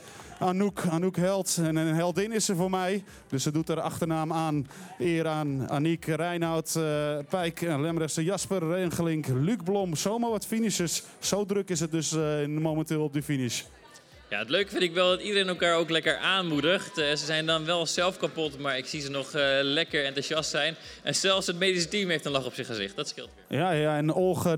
Anouk Held. En een heldin is ze voor mij. Dus ze doet er achternaam aan. Eer aan Aniek, Reinoud, Pijk, Lemrechtse, Jasper, Rengelink, Luc Blom. Zomaar wat finishers. Zo druk is het dus momenteel op de finish. Ja, het leuke vind ik wel dat iedereen elkaar ook lekker aanmoedigt. Ze zijn dan wel zelf kapot, maar ik zie ze nog lekker enthousiast zijn. En zelfs het medische team heeft een lach op zijn gezicht. Dat scheelt weer. Ja, en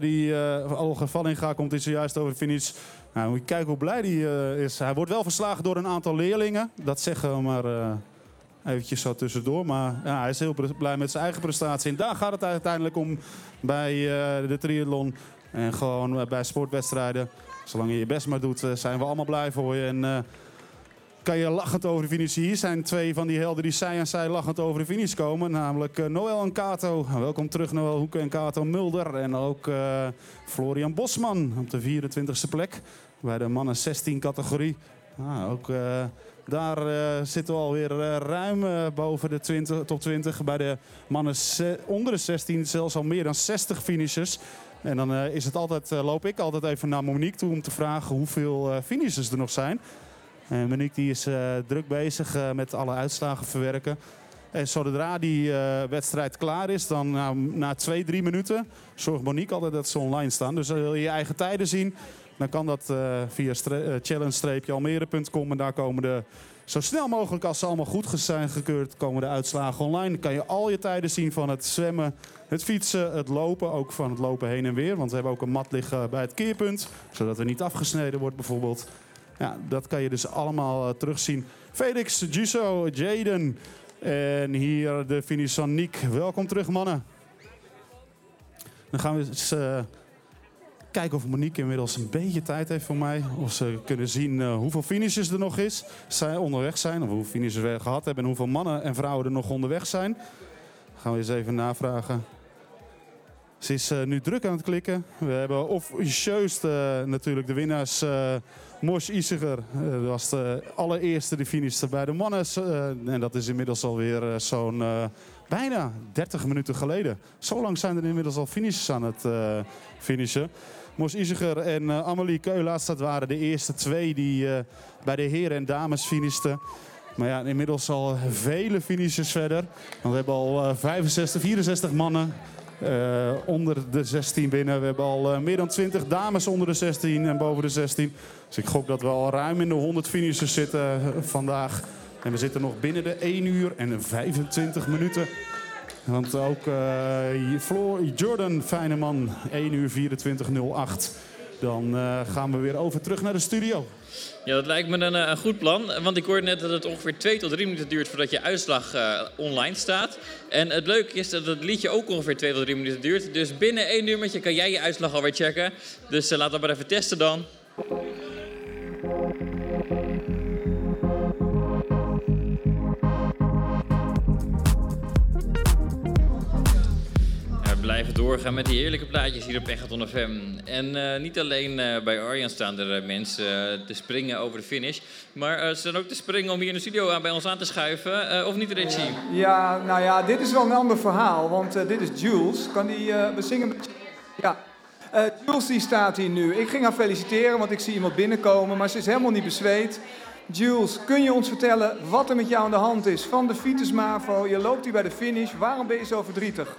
Olga Vallinga komt hier zojuist over de finish. Nou, moet je kijken hoe blij hij is. Hij wordt wel verslagen door een aantal leerlingen. Dat zeggen we maar eventjes zo tussendoor. Maar ja, hij is heel blij met zijn eigen prestatie. En daar gaat het uiteindelijk om bij de triathlon. En gewoon bij sportwedstrijden. Zolang je je best maar doet, zijn we allemaal blij voor je. En kan je lachend over de finish. Hier zijn 2 van die helden die zij en zij lachend over de finish komen. Namelijk Noël en Kato. Welkom terug Noël Hoeken en Kato Mulder. En ook Florian Bosman op de 24e plek. Bij de mannen 16 categorie. Ook daar zitten we alweer ruim boven de top 20. Bij de mannen onder de 16 zelfs al meer dan 60 finishers. En dan loop ik altijd even naar Monique toe om te vragen hoeveel finishers er nog zijn. En Monique die is druk bezig met alle uitslagen verwerken. En zodra die wedstrijd klaar is, dan na 2-3 minuten zorgt Monique altijd dat ze online staan. Dus wil je je eigen tijden zien, dan kan dat via challenge-almere.com. En daar komen zo snel mogelijk, als ze allemaal goed zijn gekeurd, komen de uitslagen online. Dan kan je al je tijden zien van het zwemmen, het fietsen, het lopen. Ook van het lopen heen en weer. Want we hebben ook een mat liggen bij het keerpunt. Zodat er niet afgesneden wordt bijvoorbeeld. Ja, dat kan je dus allemaal terugzien. Felix, Jusso, Jaden. En hier de finish van Niek. Welkom terug, mannen. Dan gaan we eens kijken of Monique inmiddels een beetje tijd heeft voor mij. Of ze kunnen zien hoeveel finishes er nog zij onderweg zijn. Of hoeveel finishes we gehad hebben. En hoeveel mannen en vrouwen er nog onderweg zijn. Dan gaan we eens even navragen. Ze is nu druk aan het klikken. We hebben officieus natuurlijk de winnaars. Mors Isiger was de allereerste die finishte bij de mannen. En dat is inmiddels alweer zo'n bijna 30 minuten geleden. Zo lang zijn er inmiddels al finishers aan het finishen. Mors Isiger en Amelie Keulaerts, dat waren de eerste 2 die bij de heren en dames finishten. Maar ja, inmiddels al vele finishers verder. Want we hebben al 64 mannen onder de 16 binnen. We hebben al meer dan 20 dames onder de 16 en boven de 16. Dus ik gok dat we al ruim in de 100 finishers zitten vandaag. En we zitten nog binnen de 1 uur en 25 minuten. Want ook Jordan Fijneman, 1 uur 24:08. Dan gaan we weer terug naar de studio. Ja, dat lijkt me een goed plan. Want ik hoorde net dat het ongeveer 2 tot 3 minuten duurt voordat je uitslag online staat. En het leuke is dat het liedje ook ongeveer 2 tot 3 minuten duurt. Dus binnen 1 uurtje kan jij je uitslag alweer checken. Dus laten we maar even testen dan. We blijven doorgaan met die heerlijke plaatjes hier op Echtnaton FM. En niet alleen bij Arjan staan er mensen te springen over de finish. Maar ze staan ook te springen om hier in de studio bij ons aan te schuiven. Of niet, Richie? Ja, nou ja, dit is wel een ander verhaal. Want dit is Jules. Kan die bezingen? Ja. Jules die staat hier nu. Ik ging haar feliciteren, want ik zie iemand binnenkomen. Maar ze is helemaal niet bezweet. Jules, kun je ons vertellen wat er met jou aan de hand is? Van de Vitus Mavo, je loopt hier bij de finish. Waarom ben je zo verdrietig?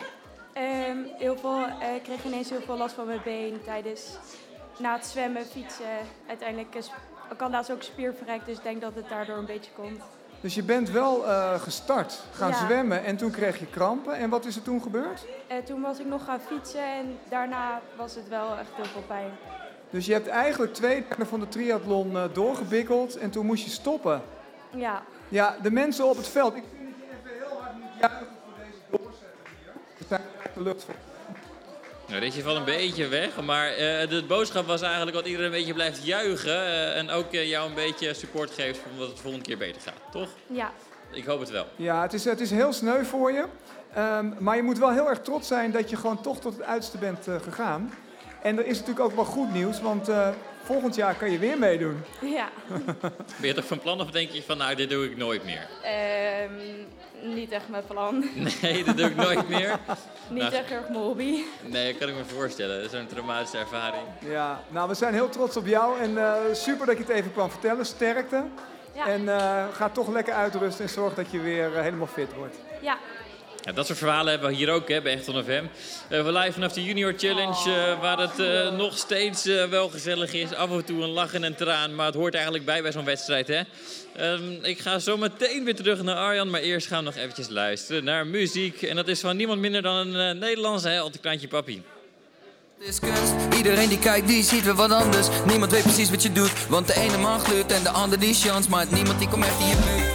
Ik kreeg ineens heel veel last van mijn been tijdens na het zwemmen, fietsen. Uiteindelijk ik had laatst ook spierverrekt, dus ik denk dat het daardoor een beetje komt. Dus je bent wel gestart, gaan zwemmen en toen kreeg je krampen. En wat is er toen gebeurd? Toen was ik nog gaan fietsen en daarna was het wel echt heel veel pijn. Dus je hebt eigenlijk 2 dagen van de triathlon doorgebikkeld en toen moest je stoppen. Ja. Ja, de mensen op het veld. Ik vind het even heel hard niet juichen voor deze doorzetten hier. Ze zijn echt de lucht voor. Nou, dit valt een beetje weg, maar de boodschap was eigenlijk dat iedereen een beetje blijft juichen. En ook jou een beetje support geeft omdat het de volgende keer beter gaat, toch? Ja. Ik hoop het wel. Ja, het is heel sneu voor je. Maar je moet wel heel erg trots zijn dat je gewoon toch tot het uiterste bent gegaan. En er is natuurlijk ook wel goed nieuws, want volgend jaar kan je weer meedoen. Ja. Ben je toch van plan of denk je van nou, dit doe ik nooit meer? Niet echt mijn plan. Nee, dat doe ik nooit meer. Niet echt erg mijn hobby. Nee, dat kan ik me voorstellen. Dat is een traumatische ervaring. Ja, nou we zijn heel trots op jou en super dat je het even kwam vertellen. Sterkte. Ja. En ga toch lekker uitrusten en zorg dat je weer helemaal fit wordt. Ja. Ja, dat soort verhalen hebben we hier ook bij Echtnaton FM. We live vanaf de Junior Challenge, waar het nog steeds wel gezellig is. Af en toe een lach en een traan, maar het hoort eigenlijk bij zo'n wedstrijd. Hè? Ik ga zo meteen weer terug naar Arjan, maar eerst gaan we nog eventjes luisteren naar muziek. En dat is van niemand minder dan een Nederlandse held, Kraantje Papi. Het is kunst, iedereen die kijkt die ziet weer wat anders. Niemand weet precies wat je doet, want de ene man gluurt en de ander die chance. Maar niemand die komt echt in je buurt.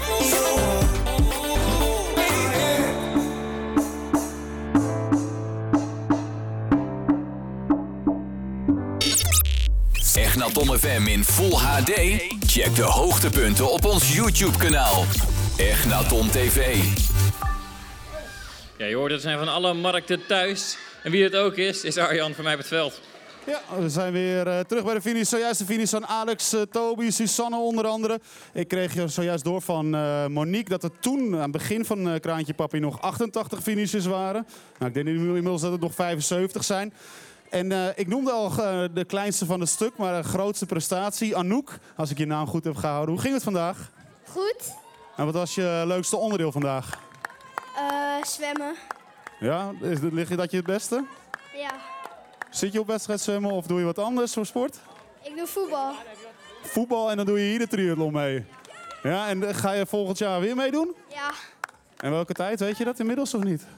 Echtnaton FM in Full HD. Check de hoogtepunten op ons YouTube-kanaal. Echnaton TV. Ja, je hoort het zijn van alle markten thuis. En wie het ook is Arjan van mij op het veld. Ja, we zijn weer terug bij de finish. Zojuist de finish van Alex, Toby, Susanne onder andere. Ik kreeg zojuist door van Monique dat er toen aan het begin van Kraantje Papi nog 88 finishes waren. Nou, ik denk inmiddels dat het nog 75 zijn. En ik noemde al de kleinste van het stuk, maar de grootste prestatie. Anouk, als ik je naam goed heb gehouden. Hoe ging het vandaag? Goed. En wat was je leukste onderdeel vandaag? Zwemmen. Ja, lig je dat je het beste? Ja. Zit je op wedstrijd zwemmen of doe je wat anders voor sport? Ik doe voetbal. Voetbal en dan doe je hier de triathlon mee. Ja, en ga je volgend jaar weer meedoen? Ja. En welke tijd, weet je dat inmiddels of niet?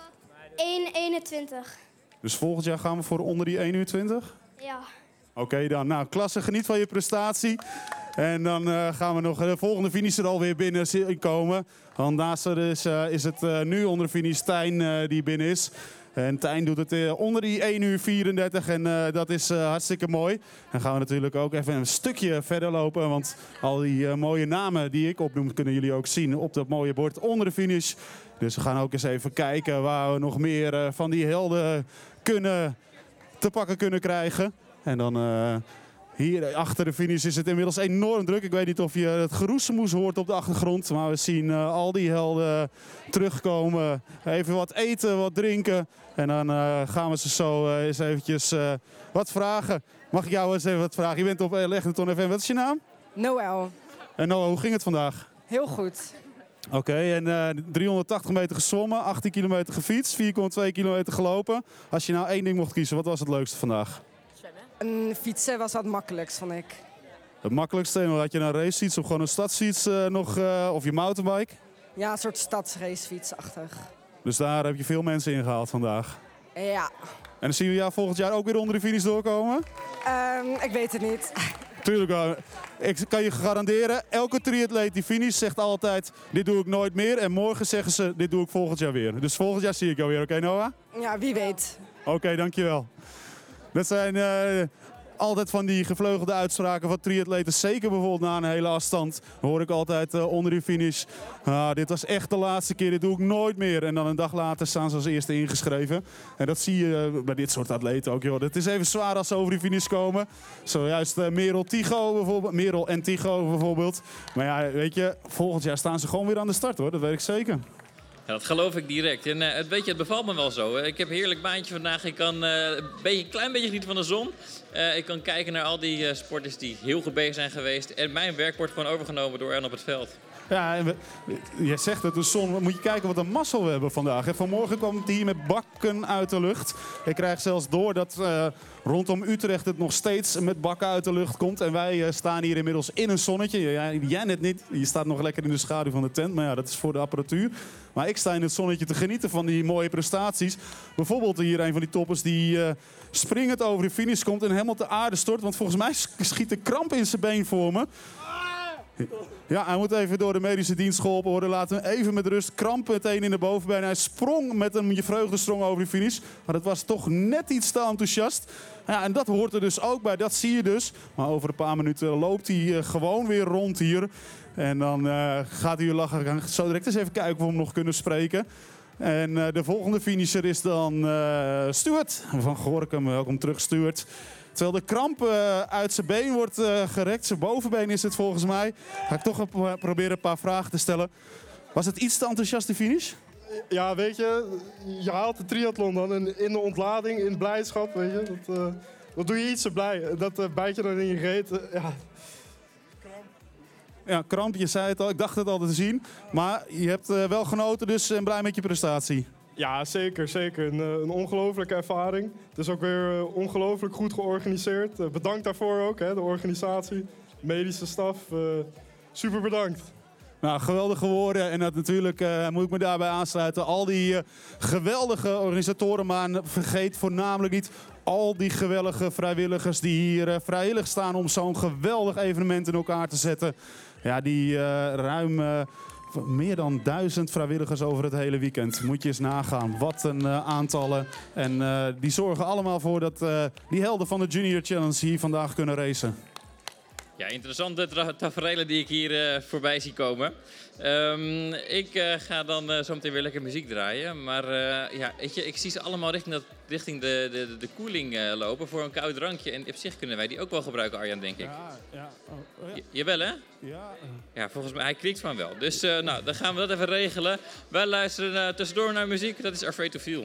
1:21. Dus volgend jaar gaan we voor onder die 1 uur 20? Ja. Oké dan. Nou, klasse, geniet van je prestatie. En dan gaan we nog de volgende finish er alweer binnen komen. Want naast is het nu onder de finish Tijn die binnen is. En Tijn doet het onder die 1 uur 34 en dat is hartstikke mooi. Dan gaan we natuurlijk ook even een stukje verder lopen. Want al die mooie namen die ik opnoem kunnen jullie ook zien op dat mooie bord onder de finish. Dus we gaan ook eens even kijken waar we nog meer van die helden te pakken kunnen krijgen. En dan hier achter de finish is het inmiddels enorm druk. Ik weet niet of je het geroezemoes hoort op de achtergrond. Maar we zien al die helden terugkomen. Even wat eten, wat drinken. En dan gaan we ze zo eens eventjes wat vragen. Mag ik jou eens even wat vragen? Je bent op Echnaton FM. Wat is je naam? Noël. En Noël, hoe ging het vandaag? Heel goed. Oké, en 380 meter gezwommen, 18 kilometer gefietst, 4,2 kilometer gelopen. Als je nou één ding mocht kiezen, wat was het leukste vandaag? Fietsen was wat makkelijkst, vond ik. Het makkelijkste, had je een racefiets of gewoon een stadsfiets of je mountainbike? Ja, een soort stadsracefietsachtig. Dus daar heb je veel mensen ingehaald vandaag. Ja. En dan zien we jou volgend jaar ook weer onder de finish doorkomen? Ik weet het niet. Tuurlijk wel. Ik kan je garanderen, elke triatleet die finish zegt altijd, dit doe ik nooit meer. En morgen zeggen ze, dit doe ik volgend jaar weer. Dus volgend jaar zie ik jou weer, oké Noah? Ja, wie weet. Oké, dankjewel. Dat zijn altijd van die gevleugelde uitspraken van triatleten. Zeker bijvoorbeeld na een hele afstand. Dan hoor ik altijd onder die finish. Dit was echt de laatste keer, dit doe ik nooit meer. En dan een dag later staan ze als eerste ingeschreven. En dat zie je bij dit soort atleten ook. Joh. Het is even zwaar als ze over die finish komen. Zojuist Merel en Tigo bijvoorbeeld. Maar ja, weet je, volgend jaar staan ze gewoon weer aan de start hoor. Dat weet ik zeker. Ja, dat geloof ik direct. En het bevalt me wel zo. Ik heb een heerlijk baantje vandaag. Ik kan een klein beetje genieten van de zon. Ik kan kijken naar al die sporters die heel goed bezig zijn geweest. En mijn werk wordt gewoon overgenomen door Ern op het veld. Ja, en je zegt het, de zon. Moet je kijken wat een mazzel we hebben vandaag. En vanmorgen kwam het hier met bakken uit de lucht. Ik krijg zelfs door dat rondom Utrecht het nog steeds met bakken uit de lucht komt. En wij staan hier inmiddels in een zonnetje. Jij net niet. Je staat nog lekker in de schaduw van de tent. Maar ja, dat is voor de apparatuur. Maar ik sta in het zonnetje te genieten van die mooie prestaties. Bijvoorbeeld hier een van die toppers die springend over de finish komt en helemaal te aarde stort. Want volgens mij schiet een kramp in zijn been voor me. Ja, hij moet even door de medische dienst geholpen worden. Laten we even met rust. Kramp meteen in de bovenbeen. Hij sprong met een vreugdestrong over de finish. Maar dat was toch net iets te enthousiast. Ja, en dat hoort er dus ook bij. Dat zie je dus. Maar over een paar minuten loopt hij gewoon weer rond hier. En dan gaat hij weer lachen. We gaan zo direct eens even kijken of we hem nog kunnen spreken. En de volgende finisher is dan Stuart van Gorinchem. Welkom terug, Stuart. Terwijl de kramp uit zijn been wordt gerekt. Zijn bovenbeen is het volgens mij. Ga ik toch proberen een paar vragen te stellen. Was het iets te enthousiast, de finish? Ja, weet je, je haalt de triathlon dan in de ontlading, in blijdschap, weet je. Dat doe je iets te blij. Dat bijt je dan in je reet. Ja. Ja, kramp, je zei het al. Ik dacht het al te zien. Maar je hebt wel genoten dus en blij met je prestatie. Ja, zeker, zeker. Een ongelofelijke ervaring. Het is ook weer ongelooflijk goed georganiseerd. Bedankt daarvoor ook, hè, de organisatie, medische staf. Super bedankt. Nou, geweldige woorden. En dat natuurlijk moet ik me daarbij aansluiten. Al die geweldige organisatoren, maar vergeet voornamelijk niet al die geweldige vrijwilligers die hier vrijwillig staan om zo'n geweldig evenement in elkaar te zetten. Ja, die ruim meer dan 1000 vrijwilligers over het hele weekend. Moet je eens nagaan. Wat een aantallen. En die zorgen allemaal voor dat die helden van de Junior Challenge hier vandaag kunnen racen. Ja, interessante tafereelen die ik hier voorbij zie komen. Ik ga dan zo meteen weer lekker muziek draaien. Maar weet je, ik zie ze allemaal richting de koeling lopen voor een koud drankje. En op zich kunnen wij die ook wel gebruiken, Arjan, denk ik. Ja. Jawel, hè? Ja. Ja, volgens mij, hij klinkt van wel. Dus dan gaan we dat even regelen. Wij luisteren tussendoor naar muziek. Dat is Afraid to Feel.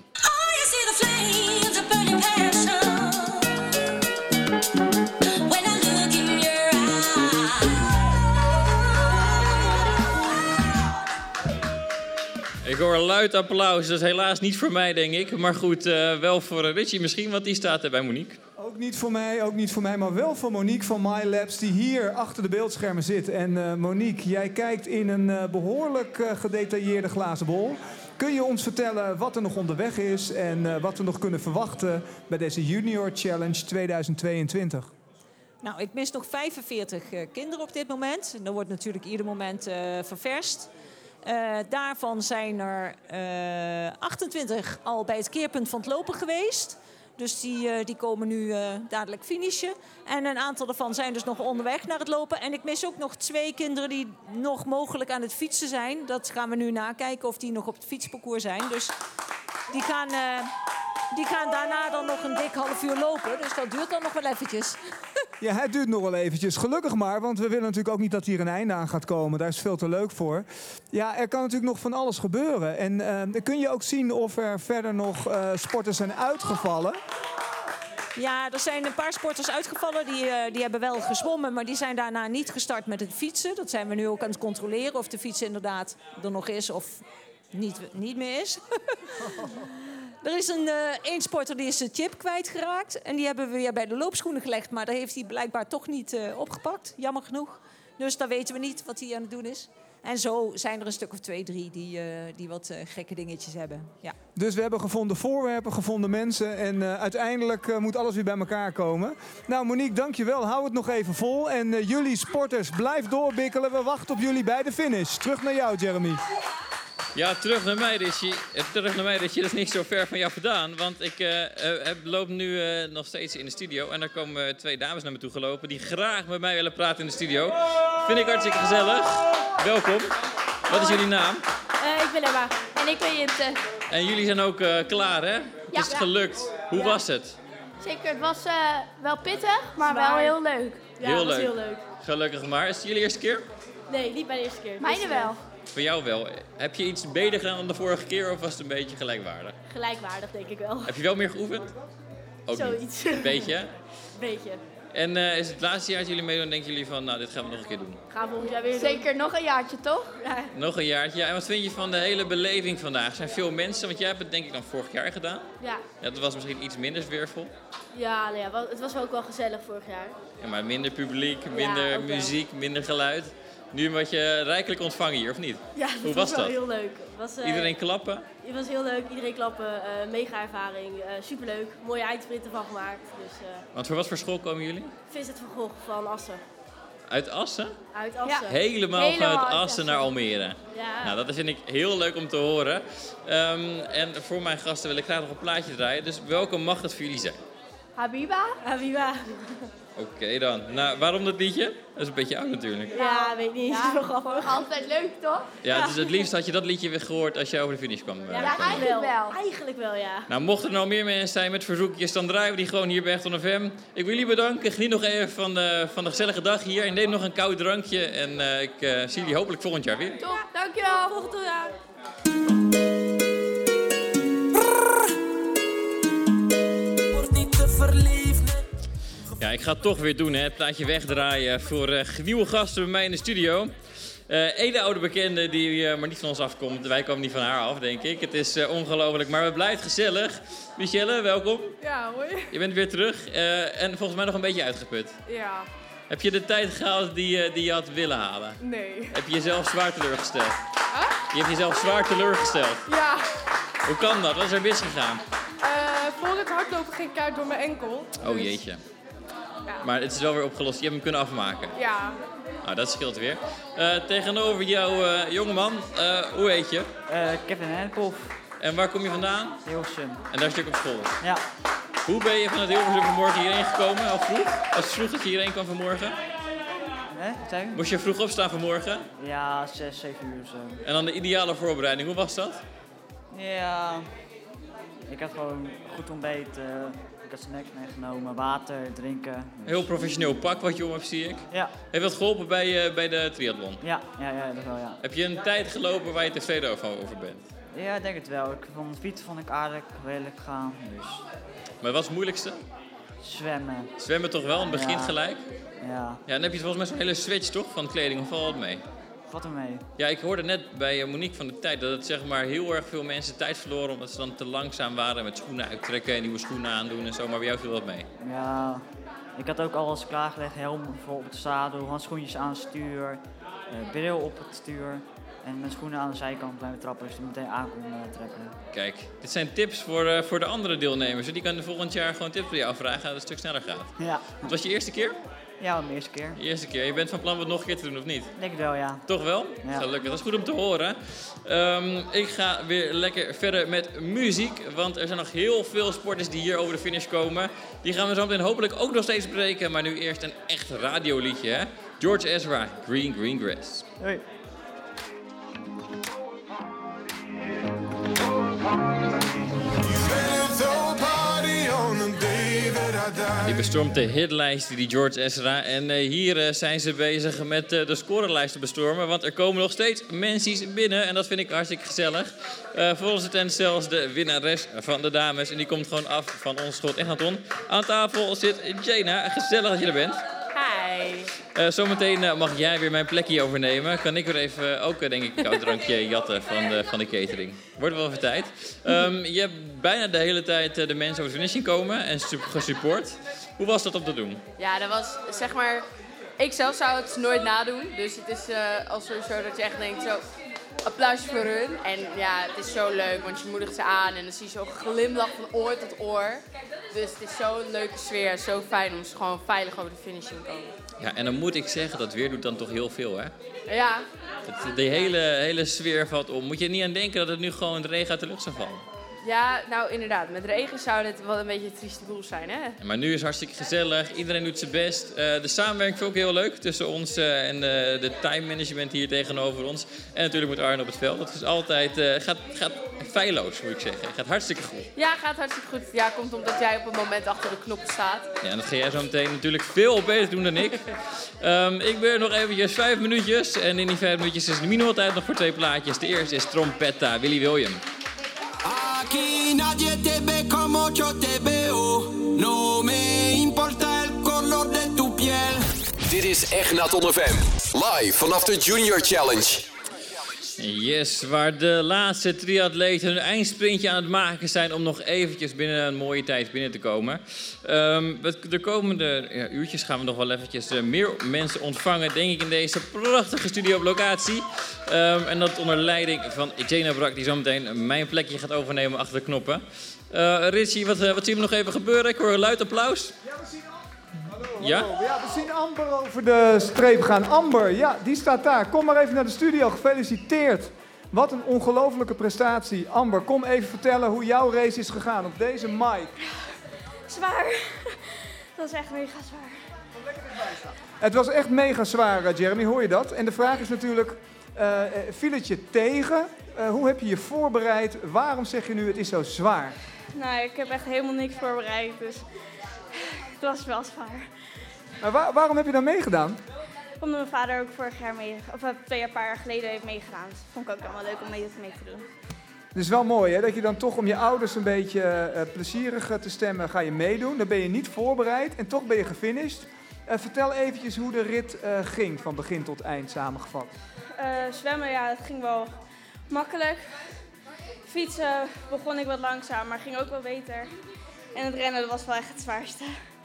Ik hoor een luid applaus. Dat is helaas niet voor mij, denk ik. Maar goed, wel voor Richie misschien, want die staat er bij Monique. Ook niet voor mij, maar wel voor Monique van MyLabs, die hier achter de beeldschermen zit. En Monique, jij kijkt in een behoorlijk gedetailleerde glazen bol. Kun je ons vertellen wat er nog onderweg is en wat we nog kunnen verwachten bij deze Junior Challenge 2022? Nou, ik mis nog 45 kinderen op dit moment. En dat wordt natuurlijk ieder moment ververst. Daarvan zijn er 28 al bij het keerpunt van het lopen geweest. Dus die komen nu dadelijk finishen. En een aantal daarvan zijn dus nog onderweg naar het lopen. En ik mis ook nog 2 kinderen die nog mogelijk aan het fietsen zijn. Dat gaan we nu nakijken of die nog op het fietsparcours zijn. Dus die gaan daarna dan nog een dik half uur lopen. Dus dat duurt dan nog wel eventjes. Ja, het duurt nog wel eventjes. Gelukkig maar, want we willen natuurlijk ook niet dat hier een einde aan gaat komen. Daar is veel te leuk voor. Ja, er kan natuurlijk nog van alles gebeuren. En dan kun je ook zien of er verder nog sporters zijn uitgevallen. Ja, er zijn een paar sporters uitgevallen. Die hebben wel gezwommen, maar die zijn daarna niet gestart met het fietsen. Dat zijn we nu ook aan het controleren of de fiets inderdaad er nog is of niet meer is. Er is één sporter die is de chip kwijtgeraakt. En die hebben we weer bij de loopschoenen gelegd. Maar daar heeft hij blijkbaar toch niet opgepakt. Jammer genoeg. Dus daar weten we niet wat hij aan het doen is. En zo zijn er een stuk of 2, 3 die wat gekke dingetjes hebben. Ja. Dus we hebben gevonden voorwerpen, gevonden mensen. En uiteindelijk moet alles weer bij elkaar komen. Nou Monique, dankjewel. Hou het nog even vol. En jullie sporters, blijf doorbikkelen. We wachten op jullie bij de finish. Terug naar jou, Jeremy. Ja, terug naar mij, Richie. Dat is niet zo ver van jou vandaan. Want ik loop nu nog steeds in de studio. En er komen 2 dames naar me toe gelopen die graag met mij willen praten in de studio. Vind ik hartstikke gezellig. Welkom. Wat is jullie naam? Ik ben Emma. En ik ben Jente. En jullie zijn ook klaar, hè? Ja. Is het gelukt? Hoe was het? Zeker, het was wel pittig, maar wel heel leuk. Ja, heel leuk. Heel leuk. Gelukkig maar. Is het jullie eerste keer? Nee, niet mijn eerste keer. Mijne wel. Voor jou wel. Heb je iets beter gedaan dan de vorige keer of was het een beetje gelijkwaardig? Gelijkwaardig, denk ik wel. Heb je wel meer geoefend? Ook zoiets. Niet. Beetje? Beetje. En is het laatste jaar dat jullie meedoen, denken jullie van, nou, dit gaan we nog een keer doen? Gaan we volgend jaar weer doen. Zeker, nog een jaartje, toch? Ja. Nog een jaartje. Ja, en wat vind je van de hele beleving vandaag? Er zijn veel mensen, want jij hebt het denk ik dan vorig jaar gedaan. Ja. Ja, dat was misschien iets minder sfeervol. Ja, nou ja, het was ook wel gezellig vorig jaar. Ja, maar minder publiek, minder muziek, minder geluid. Nu word je rijkelijk ontvangen hier, of niet? Ja, hoe was dat? Heel leuk. Iedereen klappen? Het was heel leuk, iedereen klappen. Mega ervaring, superleuk. Mooie eindsprinten van gemaakt. Dus, want voor wat voor school komen jullie? Vincent van Gogh van Assen. Uit Assen? Uit Assen. Ja. Helemaal vanuit Assen naar Almere. Ja. Nou, dat vind ik heel leuk om te horen. En voor mijn gasten wil ik graag nog een plaatje draaien. Dus welke mag het voor jullie zijn? Habiba. Habiba. Oké dan. Nou, waarom dat liedje? Dat is een beetje oud natuurlijk. Ja, weet niet. Ja, zo grappig. Altijd leuk, toch? Ja, dus het liefst had je dat liedje weer gehoord als je over de finish kwam. Ja, eigenlijk wel. Eigenlijk wel, ja. Nou, mochten er nou meer mensen zijn met verzoekjes, dan draaien we die gewoon hier bij Echt FM. Ik wil jullie bedanken. Geniet nog even van de gezellige dag hier. En neem nog een koud drankje. En ik zie jullie hopelijk volgend jaar weer. Top, dankjewel. Volgend jaar. Ja, ik ga het toch weer doen, hè. Het plaatje wegdraaien voor nieuwe gasten bij mij in de studio. Een oude bekende die maar niet van ons afkomt. Wij komen niet van haar af, denk ik. Het is ongelooflijk, maar het blijft gezellig. Michelle, welkom. Ja, hoi. Je bent weer terug en volgens mij nog een beetje uitgeput. Ja. Heb je de tijd gehaald die je had willen halen? Nee. Heb je jezelf zwaar teleurgesteld? Huh? Je hebt jezelf zwaar teleurgesteld? Ja. Hoe kan dat? Wat is er misgegaan? Voor het hardlopen ging ik uit door mijn enkel. Oh dus... jeetje. Ja. Maar het is wel weer opgelost. Je hebt hem kunnen afmaken. Ja. Nou, dat scheelt weer. Tegenover jouw jongeman, hoe heet je? Kevin Henkoff. En waar kom je vandaan? Hilversum. En daar zit je ook op school? Ja. Hoe ben je vanuit Hilversum vanmorgen hierheen gekomen? Al vroeg? Was het vroeg dat je hierheen kwam vanmorgen? Moest je vroeg opstaan vanmorgen? Ja, 6, 7 uur of zo. En dan de ideale voorbereiding, hoe was dat? Ja, ik had gewoon goed ontbeten. Ik had snacks meegenomen, water, drinken. Heel professioneel pak wat je om hebt, zie ik. Ja. Heeft dat geholpen bij de triathlon? Ja, dat wel, ja. Heb je een tijd gelopen waar je tevreden over bent? Ja, ik denk het wel. De fietsen vond ik aardig, redelijk gaan. Dus. Maar wat is het moeilijkste? Zwemmen. Zwemmen toch wel? Het begint gelijk? Ja. Ja, dan heb je volgens mij zo'n hele switch toch van kleding, of valt het mee? Valt er mee. Ja, ik hoorde net bij Monique van de Tijd dat het zeg maar heel erg veel mensen tijd verloren omdat ze dan te langzaam waren met schoenen uittrekken en nieuwe schoenen aandoen en zo, maar bij jou viel dat mee? Ja, ik had ook alles klaargelegd, helm voor op het zadel, handschoentjes aan het stuur, bril op het stuur en mijn schoenen aan de zijkant bij de trappen, dus die meteen aan kon trekken. Kijk, dit zijn tips voor de andere deelnemers. Die kunnen volgend jaar gewoon tips voor jou vragen dat het een stuk sneller gaat. Ja. Het was je eerste keer? Ja, mijn eerste keer. De eerste keer. Je bent van plan om het nog een keer te doen, of niet? Denk het wel, ja. Toch wel? Ja. Gelukkig. Dat is goed om te horen. Ik ga weer lekker verder met muziek. Want er zijn nog heel veel sporters die hier over de finish komen. Die gaan we zo meteen hopelijk ook nog steeds bespreken. Maar nu eerst een echt radioliedje, hè? George Ezra, Green Green Grass. Hoi. Die bestormt de hitlijsten, die George Ezra. En hier zijn ze bezig met de scorelijst te bestormen. Want er komen nog steeds mensen binnen. En dat vind ik hartstikke gezellig. Volgens de tent zelfs de winnares van de dames. En die komt gewoon af van ons schot Echnaton. Aan tafel zit Jana. Gezellig dat je er bent. Hi. Zometeen mag jij weer mijn plekje overnemen. Kan ik weer even ook, denk ik, een koud drankje jatten van de catering. Wordt wel even tijd. Je hebt bijna de hele tijd de mensen over de finish zien komen en gesupport. Hoe was dat om te doen? Ja, dat was zeg maar... Ik zelf zou het nooit nadoen. Dus het is al sowieso dat je echt denkt zo... Applausje voor hun. En ja, het is zo leuk, want je moedigt ze aan en dan zie je zo'n glimlach van oor tot oor. Dus het is zo'n leuke sfeer, zo fijn om ze gewoon veilig over de finish te komen. Ja, en dan moet ik zeggen, dat weer doet dan toch heel veel, hè? Ja. De hele sfeer valt om. Moet je er niet aan denken dat het nu gewoon de regen uit de lucht zou vallen? Ja, nou inderdaad. Met regen zou het wel een beetje een trieste boel zijn, hè? Maar nu is het hartstikke gezellig. Iedereen doet zijn best. De samenwerking vind ik ook heel leuk tussen ons en de time management hier tegenover ons. En natuurlijk met Arne op het veld. Dat is altijd, gaat feilloos, moet ik zeggen. Het gaat hartstikke goed. Ja, gaat hartstikke goed. Ja, komt omdat jij op het moment achter de knoppen staat. Ja, en dat ga jij zo meteen natuurlijk veel beter doen dan ik. Ik ben nog eventjes 5 minuutjes. En in die 5 minuutjes is er minimaal tijd nog voor 2 plaatjes. De eerste is Trompetta, Willy William. Aquí nadie te ve como yo te veo. No me importa el color de tu piel. Dit is Echnaton FM. Live vanaf de Junior Challenge. Yes, waar de laatste triatleten hun eindsprintje aan het maken zijn om nog eventjes binnen een mooie tijd binnen te komen. De komende uurtjes gaan we nog wel eventjes meer mensen ontvangen, denk ik, in deze prachtige studio op locatie. En dat onder leiding van Jana Brak, die zo meteen mijn plekje gaat overnemen achter de knoppen. Richie, wat zien we nog even gebeuren? Ik hoor een luid applaus. Ja? Ja, we zien Amber over de streep gaan. Amber, ja, die staat daar. Kom maar even naar de studio. Gefeliciteerd. Wat een ongelofelijke prestatie. Amber, kom even vertellen hoe jouw race is gegaan op deze mic. Zwaar. Dat is echt mega zwaar. Het was echt mega zwaar, Jeremy. Hoor je dat? En de vraag is natuurlijk, viel het je tegen? Hoe heb je je voorbereid? Waarom zeg je nu het is zo zwaar? Nou, ik heb echt helemaal niks voorbereid, dus het was wel zwaar. Maar waarom heb je dan meegedaan? Omdat mijn vader ook vorig jaar een paar jaar geleden heeft meegedaan. Dus vond ik ook allemaal leuk om mee te doen. Het is wel mooi hè, dat je dan toch om je ouders een beetje plezierig te stemmen ga je meedoen. Dan ben je niet voorbereid en toch ben je gefinished. Vertel eventjes hoe de rit ging van begin tot eind samengevat. Zwemmen, ja, dat ging wel makkelijk. Fietsen begon ik wat langzaam, maar ging ook wel beter. En het rennen dat was wel echt het zwaarste.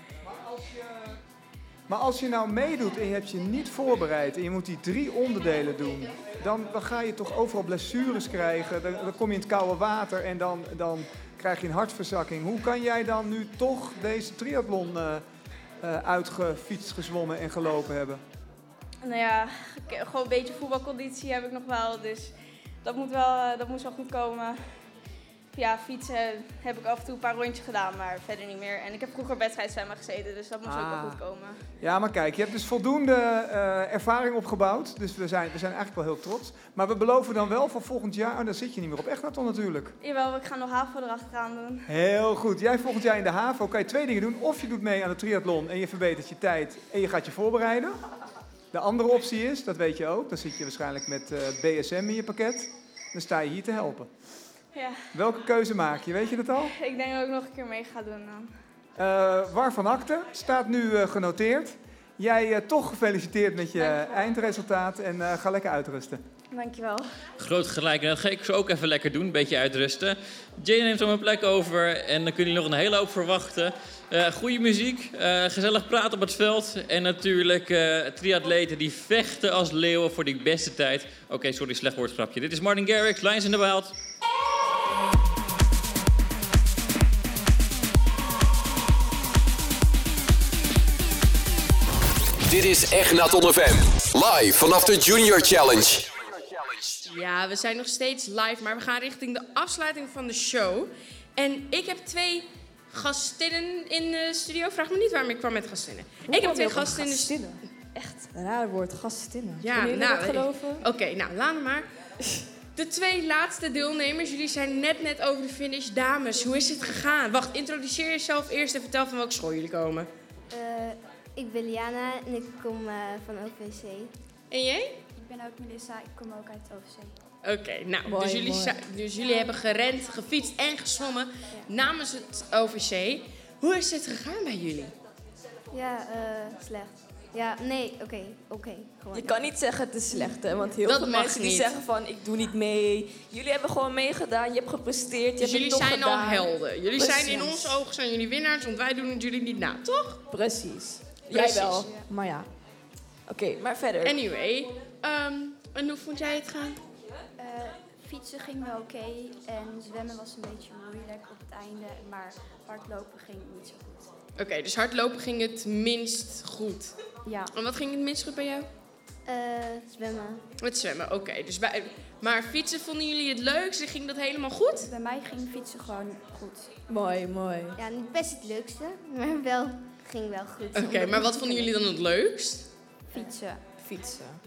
Maar als je nou meedoet en je hebt je niet voorbereid en je moet die 3 onderdelen doen, dan ga je toch overal blessures krijgen. Dan kom je in het koude water en dan krijg je een hartverzakking. Hoe kan jij dan nu toch deze triathlon uitgefietst, gezwommen en gelopen hebben? Nou ja, gewoon een beetje voetbalconditie heb ik nog wel, dus dat moest wel goed komen. Ja, fietsen heb ik af en toe een paar rondjes gedaan, maar verder niet meer. En ik heb vroeger wedstrijdzwemmen gezeten, dus dat moest ook wel goed komen. Ja, maar kijk, je hebt dus voldoende ervaring opgebouwd. Dus we zijn eigenlijk wel heel trots. Maar we beloven dan wel voor volgend jaar... dan zit je niet meer op Echnaton natuurlijk. Jawel, ik ga nog HAVO erachteraan doen. Heel goed. Jij volgend jaar in de HAVO kan je 2 dingen doen. Of je doet mee aan de triathlon en je verbetert je tijd en je gaat je voorbereiden. De andere optie is, dat weet je ook, dan zit je waarschijnlijk met BSM in je pakket. Dan sta je hier te helpen. Ja. Welke keuze maak je? Weet je dat al? Ik denk dat ik nog een keer mee ga doen dan. Waarvan akte staat nu genoteerd. Jij toch gefeliciteerd met je eindresultaat en ga lekker uitrusten. Dankjewel. Groot gelijk. En dat ga ik zo ook even lekker doen. Een beetje uitrusten. Jane neemt zo mijn plek over. En dan kunnen jullie nog een hele hoop verwachten. Goede muziek. Gezellig praten op het veld. En natuurlijk triatleten die vechten als leeuwen voor die beste tijd. Oké, sorry, slecht woordgrapje. Dit is Martin Garrix, Lions in the Wild. Dit is Echnaton FM. Live vanaf de Junior Challenge. Ja, we zijn nog steeds live, maar we gaan richting de afsluiting van de show. En ik heb 2 gastinnen in de studio. Vraag me niet waarom ik kwam met gastinnen. Ik heb 2 gasten in de studio. Echt, een raar woord, gastinnen. Ja, Kunnen jullie dat geloven? Oké, nou, laat me maar. De 2 laatste deelnemers, jullie zijn net over de finish. Dames, hoe is het gegaan? Wacht, introduceer jezelf eerst en vertel van welke school jullie komen. Ik ben Liana en ik kom van OVC. En jij? Ik ben ook Melissa, ik kom ook uit OVC. Oké, nou, Mooi, dus jullie hebben gerend, gefietst en gezwommen namens het OVC. Hoe is het gegaan bij jullie? Ja, slecht. Ja, nee, oké. Gewoon. Je kan niet zeggen het is slecht, hè? Want heel Dat veel mag mensen die niet. zeggen van ik doe niet mee. Jullie hebben gewoon meegedaan, je hebt gepresteerd, je Dus hebt jullie het toch zijn gedaan. al helden. Jullie zijn in Precies. onze ogen zijn jullie winnaars, want wij doen het jullie niet na, toch? Precies. Jij wel, maar ja. Oké, maar verder. Anyway, en hoe vond jij het gaan? Fietsen ging wel oké en zwemmen was een beetje moeilijk op het einde, maar hardlopen ging niet zo goed. Oké, dus hardlopen ging het minst goed. Ja. En wat ging het minst goed bij jou? Zwemmen. Het zwemmen, oké. Maar fietsen, vonden jullie het leukst? Ging dat helemaal goed? Bij mij ging fietsen gewoon goed. Mooi, mooi. Ja, niet best het leukste, maar ging wel goed. Oké, maar wat vonden jullie dan het leukst? Fietsen. Fietsen.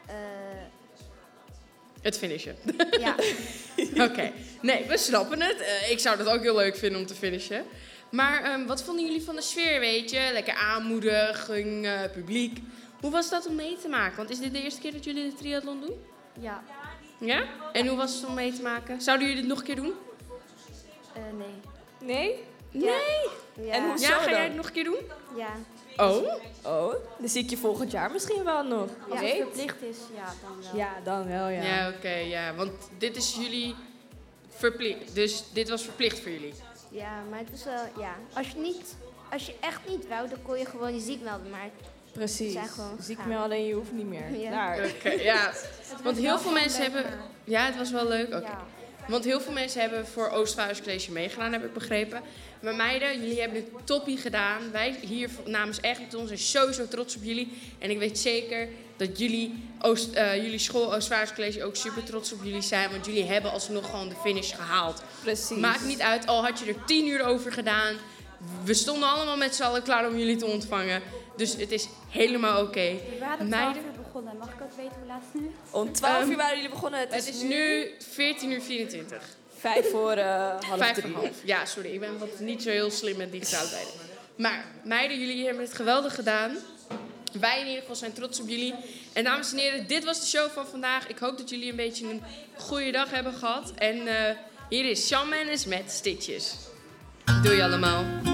Het finishen. Ja. Oké. Nee, we snappen het. Ik zou dat ook heel leuk vinden om te finishen. Maar wat vonden jullie van de sfeer, weet je? Lekker aanmoediging, publiek. Hoe was dat om mee te maken? Want is dit de eerste keer dat jullie de triathlon doen? Ja. Ja? En hoe was het om mee te maken? Zouden jullie dit nog een keer doen? Nee. Nee? Nee? Ja. En hoezo Ja, ga dan? jij het nog een keer doen? Ja. Oh? Oh, dan zie ik je volgend jaar misschien wel nog. Als Wie het weet. verplicht is, ja, dan wel. Ja, dan wel, ja. Ja, oké, ja. Want dit is jullie verplicht. Dus dit was verplicht voor jullie. Ja, maar het was wel, ja. Als je echt niet wou, dan kon je gewoon je ziek melden, maar... Precies. Zijn gewoon Ziek gegaan. melden en je hoeft niet meer. Ja. Klaar. Oké, ja. was Want heel wel veel gewoon mensen leuk, hebben... maar- Ja, het was wel leuk? Oké. Ja. Want heel veel mensen hebben voor Oostvaarders College meegedaan, heb ik begrepen. Maar meiden, jullie hebben het toppie gedaan. Wij hier namens Echnaton zijn sowieso trots op jullie. En ik weet zeker dat jullie school Oostvaarders College ook super trots op jullie zijn. Want jullie hebben alsnog gewoon de finish gehaald. Precies. Maakt niet uit, al had je er 10 uur over gedaan. We stonden allemaal met z'n allen klaar om jullie te ontvangen. Dus het is helemaal oké. We waren 12 uur begonnen. Mag ik ook weten hoe laat het nu is? Om 12 uur waren jullie begonnen. Het is nu 14:24. 5 voor half 5 3. voor half. Ja, sorry. Ik ben niet zo heel slim met digitale tijden. Maar meiden, jullie hebben het geweldig gedaan. Wij in ieder geval zijn trots op jullie. En dames en heren, dit was de show van vandaag. Ik hoop dat jullie een beetje een goede dag hebben gehad. En hier is Shawn Mendes met Stitches. Doei allemaal.